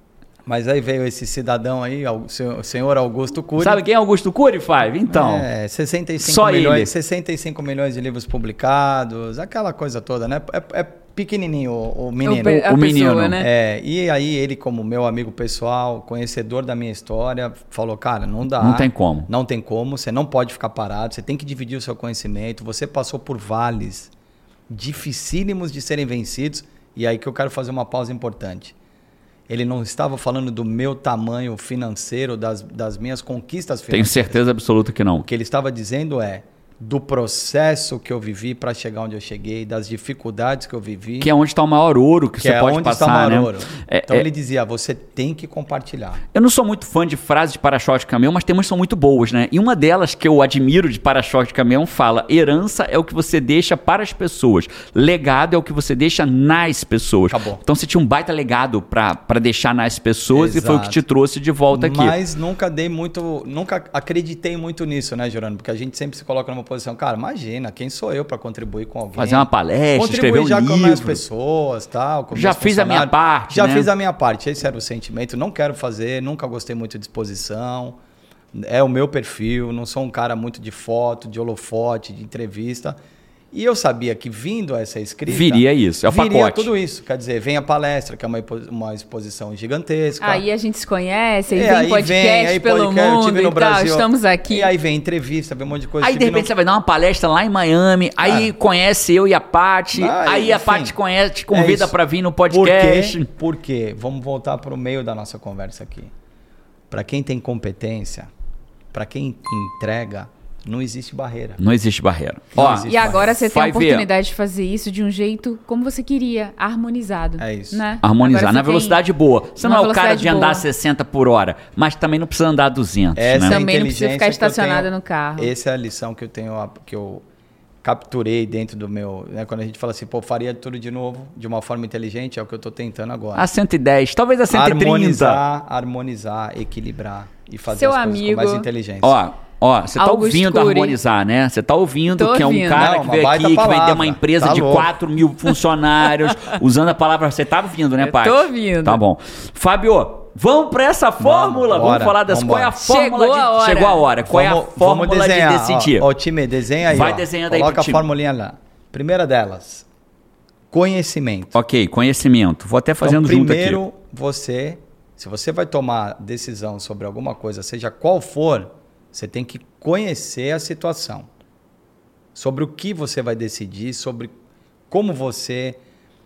Mas aí veio esse cidadão aí, o senhor Augusto Cury. Sabe quem é Augusto Cury, Five? Então. É, sessenta e cinco só milhões, ele. sessenta e cinco milhões de livros publicados, aquela coisa toda, né? É, é pequenininho o, o menino. O, pe- a O menino. pessoa, né? É, e aí ele, como meu amigo pessoal, conhecedor da minha história, falou, cara, não dá. Não tem como. Não tem como, você não pode ficar parado, você tem que dividir o seu conhecimento, você passou por vales dificílimos de serem vencidos, e aí que eu quero fazer uma pausa importante. Ele não estava falando do meu tamanho financeiro, das, das minhas conquistas Tenho financeiras. certeza absoluta que não. O que ele estava dizendo é do processo que eu vivi para chegar onde eu cheguei, das dificuldades que eu vivi. Que é onde está o maior ouro que, que você é pode onde passar, está o maior né? ouro. É, então é... ele dizia, você tem que compartilhar. Eu não sou muito fã de frases de para-choque de caminhão, mas tem umas que são muito boas, né? E uma delas que eu admiro de para-choque de caminhão fala: herança é o que você deixa para as pessoas, legado é o que você deixa nas pessoas. Acabou. Então você tinha um baita legado para deixar nas pessoas. Exato. E foi o que te trouxe de volta aqui. Mas nunca dei muito, nunca acreditei muito nisso, né, Gerando? Porque a gente sempre se coloca numa posição, cara, imagina, quem sou eu para contribuir com alguém? Fazer uma palestra, escrever um já livro. com mais pessoas, tal. Com Já meus fiz a minha funcionários. parte, Já né? fiz a minha parte. Esse era o sentimento. Não quero fazer, nunca gostei muito de exposição. É o meu perfil. Não sou um cara muito de foto, de holofote, de entrevista. E eu sabia que vindo essa escrita... Viria isso, é o viria pacote. tudo isso. Quer dizer, vem a palestra, que é uma, expo- uma exposição gigantesca. Aí a gente se conhece, aí É, vem aí podcast vem, aí pelo podcast, eu mundo tive e no tal, Brasil. estamos aqui. E aí vem entrevista, vem um monte de coisa. Aí de Tive repente no- você vai dar uma palestra lá em Miami, aí Ah. conhece eu e a Paty, Ah, aí a enfim. Paty te conhece, te É convida isso. para vir no Por podcast. quê? Por quê? Vamos voltar para o meio da nossa conversa aqui. Para quem tem competência, para quem entrega, não existe barreira. Não existe barreira. Não Ó, existe. E agora você tem a Vai ver. oportunidade de fazer isso de um jeito como você queria, harmonizado. É isso. Né? harmonizar Agora na você tem velocidade boa. Você uma não é o cara velocidade de andar boa. sessenta por hora, mas também não precisa andar duzentos, Essa né? é a Também não precisa inteligência ficar que eu estacionada tenho- no carro. Essa é a lição que eu tenho, que eu capturei dentro do meu... Né, quando a gente fala assim, pô, faria tudo de novo, de uma forma inteligente, é o que eu estou tentando agora. A cento e dez, talvez a cento e trinta. harmonizar, harmonizar, equilibrar e fazer Seu as coisas amigo- com mais inteligência. Ó, ó, você tá Augusto ouvindo Cury. harmonizar, né? Você tá ouvindo Tô que é um ouvindo. cara Não, que uma veio baita aqui, que vai ter palavra. uma empresa Tá de louco. quatro mil funcionários, usando a palavra... Você tá ouvindo, né, Eu Paty? tô ouvindo. Tá bom. Fábio, vamos pra essa fórmula? Vamos, bora, falar dessa... vamos Qual é a embora. fórmula Chegou de... a hora. Chegou a hora. Qual é a Vamos- fórmula vamos desenhar. de decidir? Ó, ó, time, desenha aí. Vai ó. desenhando aí Coloca pro a time. formulinha lá. Primeira delas, conhecimento. Ok, conhecimento. Vou até fazendo então, junto aqui. primeiro, você, se você vai tomar decisão sobre alguma coisa, seja qual for, você tem que conhecer a situação. Sobre o que você vai decidir, sobre como você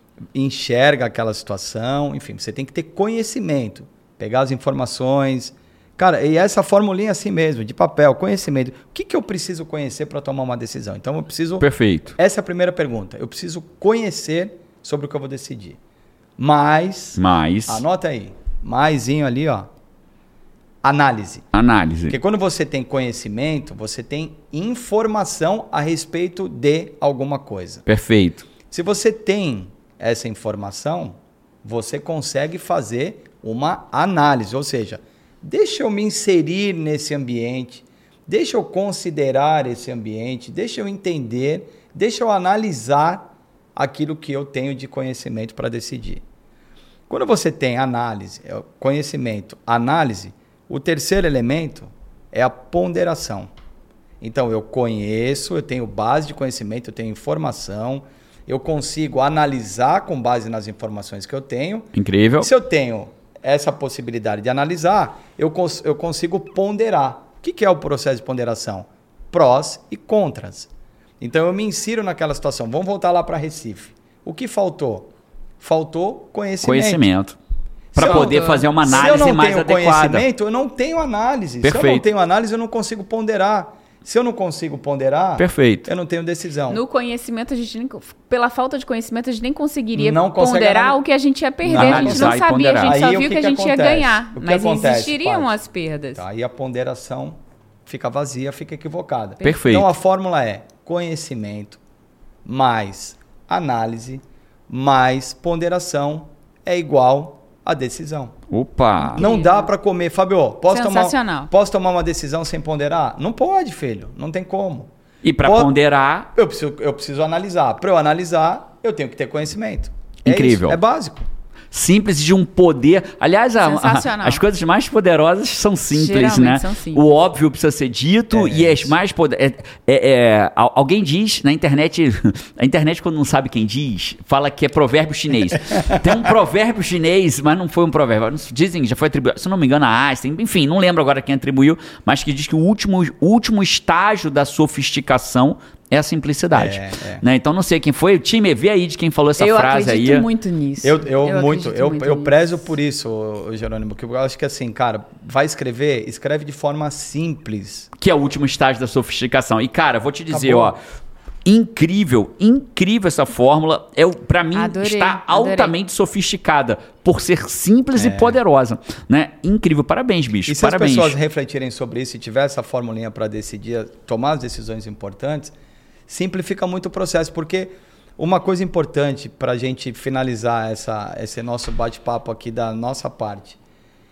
enxerga aquela situação, enfim, você tem que ter conhecimento, pegar as informações. Cara, e essa formulinha assim mesmo, de papel, conhecimento. O que, que eu preciso conhecer para tomar uma decisão? Então eu preciso... Perfeito. Essa é a primeira pergunta. Eu preciso conhecer sobre o que eu vou decidir. Mas, Mais anota aí, maisinho ali, ó, análise. análise. Porque quando você tem conhecimento, você tem informação a respeito de alguma coisa. Perfeito. Se você tem essa informação, você consegue fazer uma análise, ou seja, deixa eu me inserir nesse ambiente, deixa eu considerar esse ambiente, deixa eu entender, deixa eu analisar aquilo que eu tenho de conhecimento para decidir. Quando você tem análise, conhecimento, análise, o terceiro elemento é a ponderação. Então, eu conheço, eu tenho base de conhecimento, eu tenho informação, eu consigo analisar com base nas informações que eu tenho. Incrível. Se eu tenho essa possibilidade de analisar, eu, cons- eu consigo ponderar. O que, que é o processo de ponderação? Prós e contras. Então, eu me insiro naquela situação. Vamos voltar lá para Recife. O que faltou? Faltou conhecimento. Conhecimento. Para poder fazer uma análise mais adequada. Se eu não tenho conhecimento, eu não tenho análise. Perfeito. Se eu não tenho análise, eu não consigo ponderar. Se eu não consigo ponderar, Perfeito. eu não tenho decisão. No conhecimento, a gente nem, pela falta de conhecimento, a gente nem conseguiria não ponderar anal... o que a gente ia perder. A gente não sabia, a gente só viu que, que a gente acontece? ia ganhar. Mas acontece, existiriam pai? as perdas. Tá, aí a ponderação fica vazia, fica equivocada. Perfeito. Então a fórmula é conhecimento mais análise mais ponderação é igual a decisão. Opa! Não dá para comer. Fábio, posso Sensacional. tomar, posso tomar uma decisão sem ponderar? Não pode, filho. Não tem como. E para Pode... ponderar... Eu preciso, eu preciso analisar. Para eu analisar, eu tenho que ter conhecimento. Incrível. É, isso, é básico. Simples de um poder. Aliás, a, Sensacional. a, as coisas mais poderosas são simples, Geralmente né? são simples. O óbvio precisa ser dito É e as isso. mais poderosas. É, é, é, alguém diz na internet, a internet quando não sabe quem diz, fala que é provérbio chinês. Tem um provérbio chinês, mas não foi um provérbio. Dizem que já foi atribuído, se não me engano, a Einstein, enfim, não lembro agora quem atribuiu, mas que diz que o último, último estágio da sofisticação é a simplicidade. É, é. Né? Então não sei quem foi. O time, vê aí de quem falou essa eu frase aí. Eu acredito muito nisso. Eu, eu, eu muito, eu, muito eu nisso. prezo por isso, ô, Jerônimo, porque eu acho que assim, cara, vai escrever, escreve de forma simples. Que é o último estágio da sofisticação. E, cara, vou te dizer, Acabou. ó, incrível, incrível essa fórmula. É, para mim, Adorei, está adorei. altamente sofisticada por ser simples É. e poderosa, né? Incrível. Parabéns, bicho. E se Parabéns. as pessoas refletirem sobre isso e tiver essa formulinha para decidir, tomar as decisões importantes, simplifica muito o processo, porque uma coisa importante para a gente finalizar essa, esse nosso bate-papo aqui da nossa parte.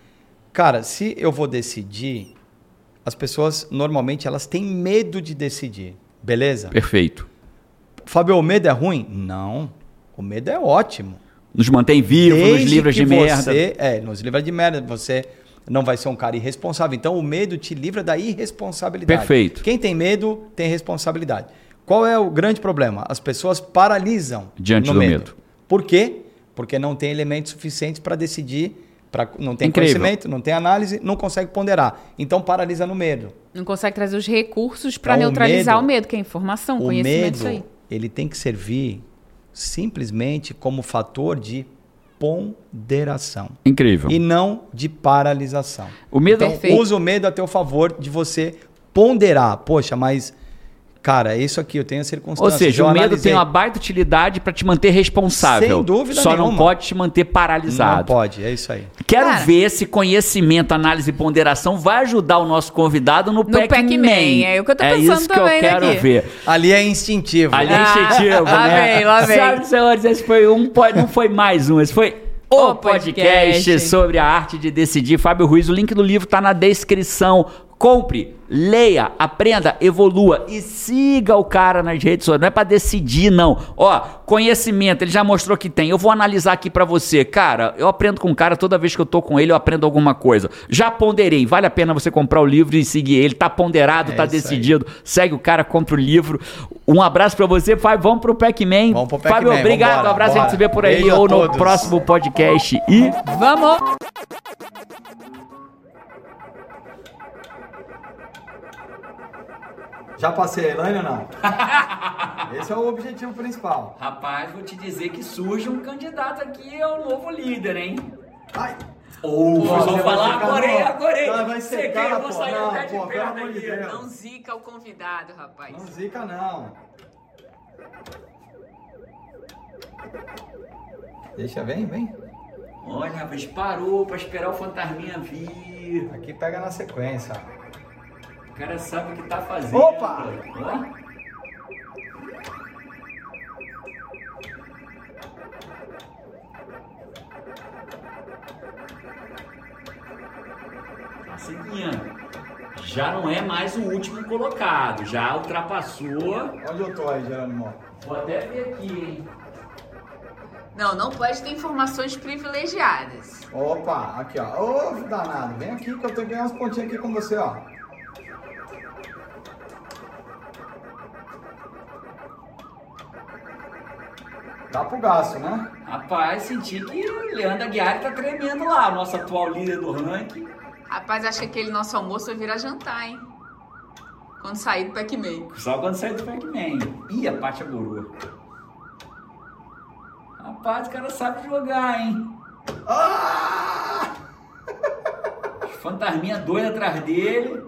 Cara, se eu vou decidir, as pessoas normalmente elas têm medo de decidir, beleza? Perfeito. Fábio, o medo é ruim? Não, o medo é ótimo. Nos mantém vivos, nos Desde livros que de merda. você, é, nos livros de merda, você não vai ser um cara irresponsável. Então o medo te livra da irresponsabilidade. Perfeito. Quem tem medo tem responsabilidade. Qual é o grande problema? As pessoas paralisam Diante no do medo. medo. Por quê? Porque não tem elementos suficientes para decidir, pra, não tem Incrível. conhecimento, não tem análise, não consegue ponderar. Então paralisa no medo. Não consegue trazer os recursos para Então, o neutralizar medo- o medo, que é informação, O conhecimento, medo, isso aí. ele tem que servir simplesmente como fator de ponderação. Incrível. E não de paralisação. O medo Então, Perfeito. usa o medo a teu favor de você ponderar. Poxa, mas, cara, isso aqui eu tenho as Ou circunstâncias. seja, eu o medo analisei. tem uma baita utilidade para te manter responsável. Sem dúvida Só não nenhuma. pode te manter paralisado. Não pode, é isso aí. Quero Cara. ver se conhecimento, análise e ponderação vai ajudar o nosso convidado no, No Pac-Man. Pac-Man, é o que eu tô É pensando isso que também eu quero daqui. ver. Ali é instintivo. Ali é Ah, incentivo, lá né? vem, lá vem. Senhoras e senhores, esse foi um, po- não foi mais um, esse foi o, O podcast, podcast. sobre a arte de decidir. Fábio Ruiz, o link do livro está na descrição. Compre, leia, aprenda, evolua e siga o cara nas redes sociais. Não é pra decidir, não. Ó, conhecimento, ele já mostrou que tem. Eu vou analisar aqui pra você. Cara, eu aprendo com o cara, toda vez que eu tô com ele, eu aprendo alguma coisa. Já ponderei. Vale a pena você comprar o livro e seguir ele. Tá ponderado, É tá isso aí. decidido. Segue o cara, compra o livro. Um abraço pra você, Fábio. Vamos pro Pac-Man. Vamos pro Pac-Man, Fábio, obrigado. vambora, Um abraço, a gente bora. se vê por aí Beijo a ou no todos. próximo podcast. E... Vamos! Já passei a Elaine ou não? Esse é o objetivo principal. Rapaz, vou te dizer que surge um candidato aqui ao novo líder, hein? Ai! Ou Pô, vou você vai falar ficar agora, hein, no- agora, hein? Ela vai Você secar, quer, eu vou pô. sair Não, até de pô, pelo perto amor de aqui. Deus. Não zica o convidado, rapaz. Não zica, não. Deixa, vem, vem. Olha, rapaz, parou pra esperar o fantasminha vir. Aqui pega na sequência. O cara sabe o que tá fazendo. Opa! Ó. Tá seguindo. Já não é mais o último colocado, já ultrapassou. Onde eu tô aí, Jerônimo? Vou até ver aqui, hein? Não, não pode ter informações privilegiadas. Opa, aqui ó. Ô, danado, vem aqui que eu tenho que ganhar uns pontinhos aqui com você, ó. Tá pro gasto, né? Rapaz, senti que o Leandro Aguiar tá tremendo lá, nosso atual líder do ranking. Rapaz, acho que aquele nosso almoço vai virar jantar, hein? Quando sair do Pac-Man. Só quando sair do Pac-Man. Ih, a Pátia Guru. Rapaz. Rapaz, o cara sabe jogar, hein? Ah! Fantasminha doida atrás dele.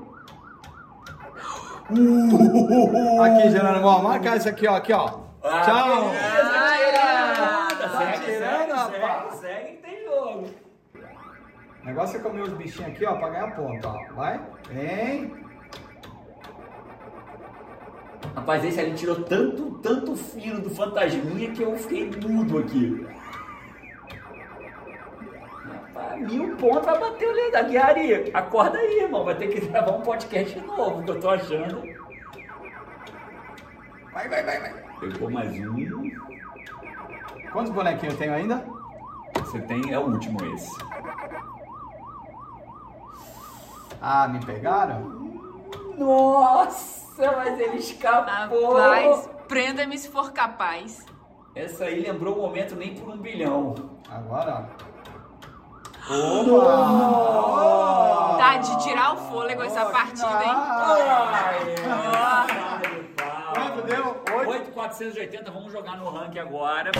Uh! Aqui, Gerônimo, ó, marca isso aqui, ó. Aqui, ó. Ah, Tchau! beleza, tá tirando, Tá segue, tirando, segue, rapaz. segue, segue que tem jogo. O negócio é comer os bichinhos aqui, ó, pra ganhar ponto, ó. Vai, vem. Rapaz, esse ali tirou tanto, tanto fino do fantasminha que eu fiquei mudo aqui. Rapaz, mil pontos vai bater o legal. Guiari, acorda aí, irmão. Vai ter que gravar um podcast novo, que eu tô achando. Vai, vai, vai, vai. Pegou mais um. Quantos bonequinhos eu tenho ainda? Você tem, é o último esse. Ah, me pegaram? Nossa, mas ele escapou. Rapaz, prenda-me se for capaz. Essa aí lembrou o momento nem por um bilhão. Agora, ó. Opa! Tá de tirar o fôlego essa partida, hein? Ai, Quanto deu? oito mil quatrocentos e oitenta, vamos jogar no ranking agora.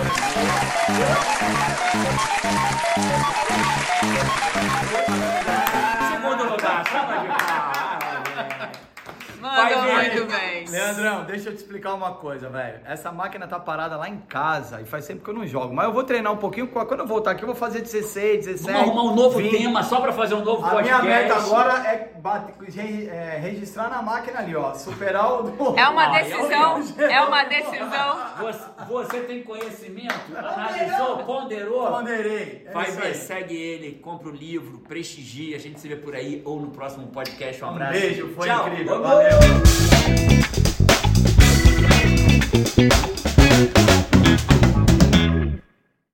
Segundo lugar, chama de cá. Mandou Vai, muito bem. Leandrão, deixa eu te explicar uma coisa, velho. Essa máquina tá parada lá em casa e faz tempo que eu não jogo. Mas eu vou treinar um pouquinho. Quando eu voltar aqui, eu vou fazer dezesseis, dezessete. Vamos arrumar um novo vinte. tema só pra fazer um novo A podcast. minha meta agora é, bate, re- é registrar na máquina ali, ó. Superar o do... É uma Ah, decisão, é uma decisão. Você, você tem conhecimento, analisou, ponderou? Ponderei. É Vai isso ver, aí. segue ele, compra o livro, prestigia. A gente se vê por aí ou no próximo podcast. Um Um abraço. beijo, foi Tchau. incrível. Vamos. Valeu.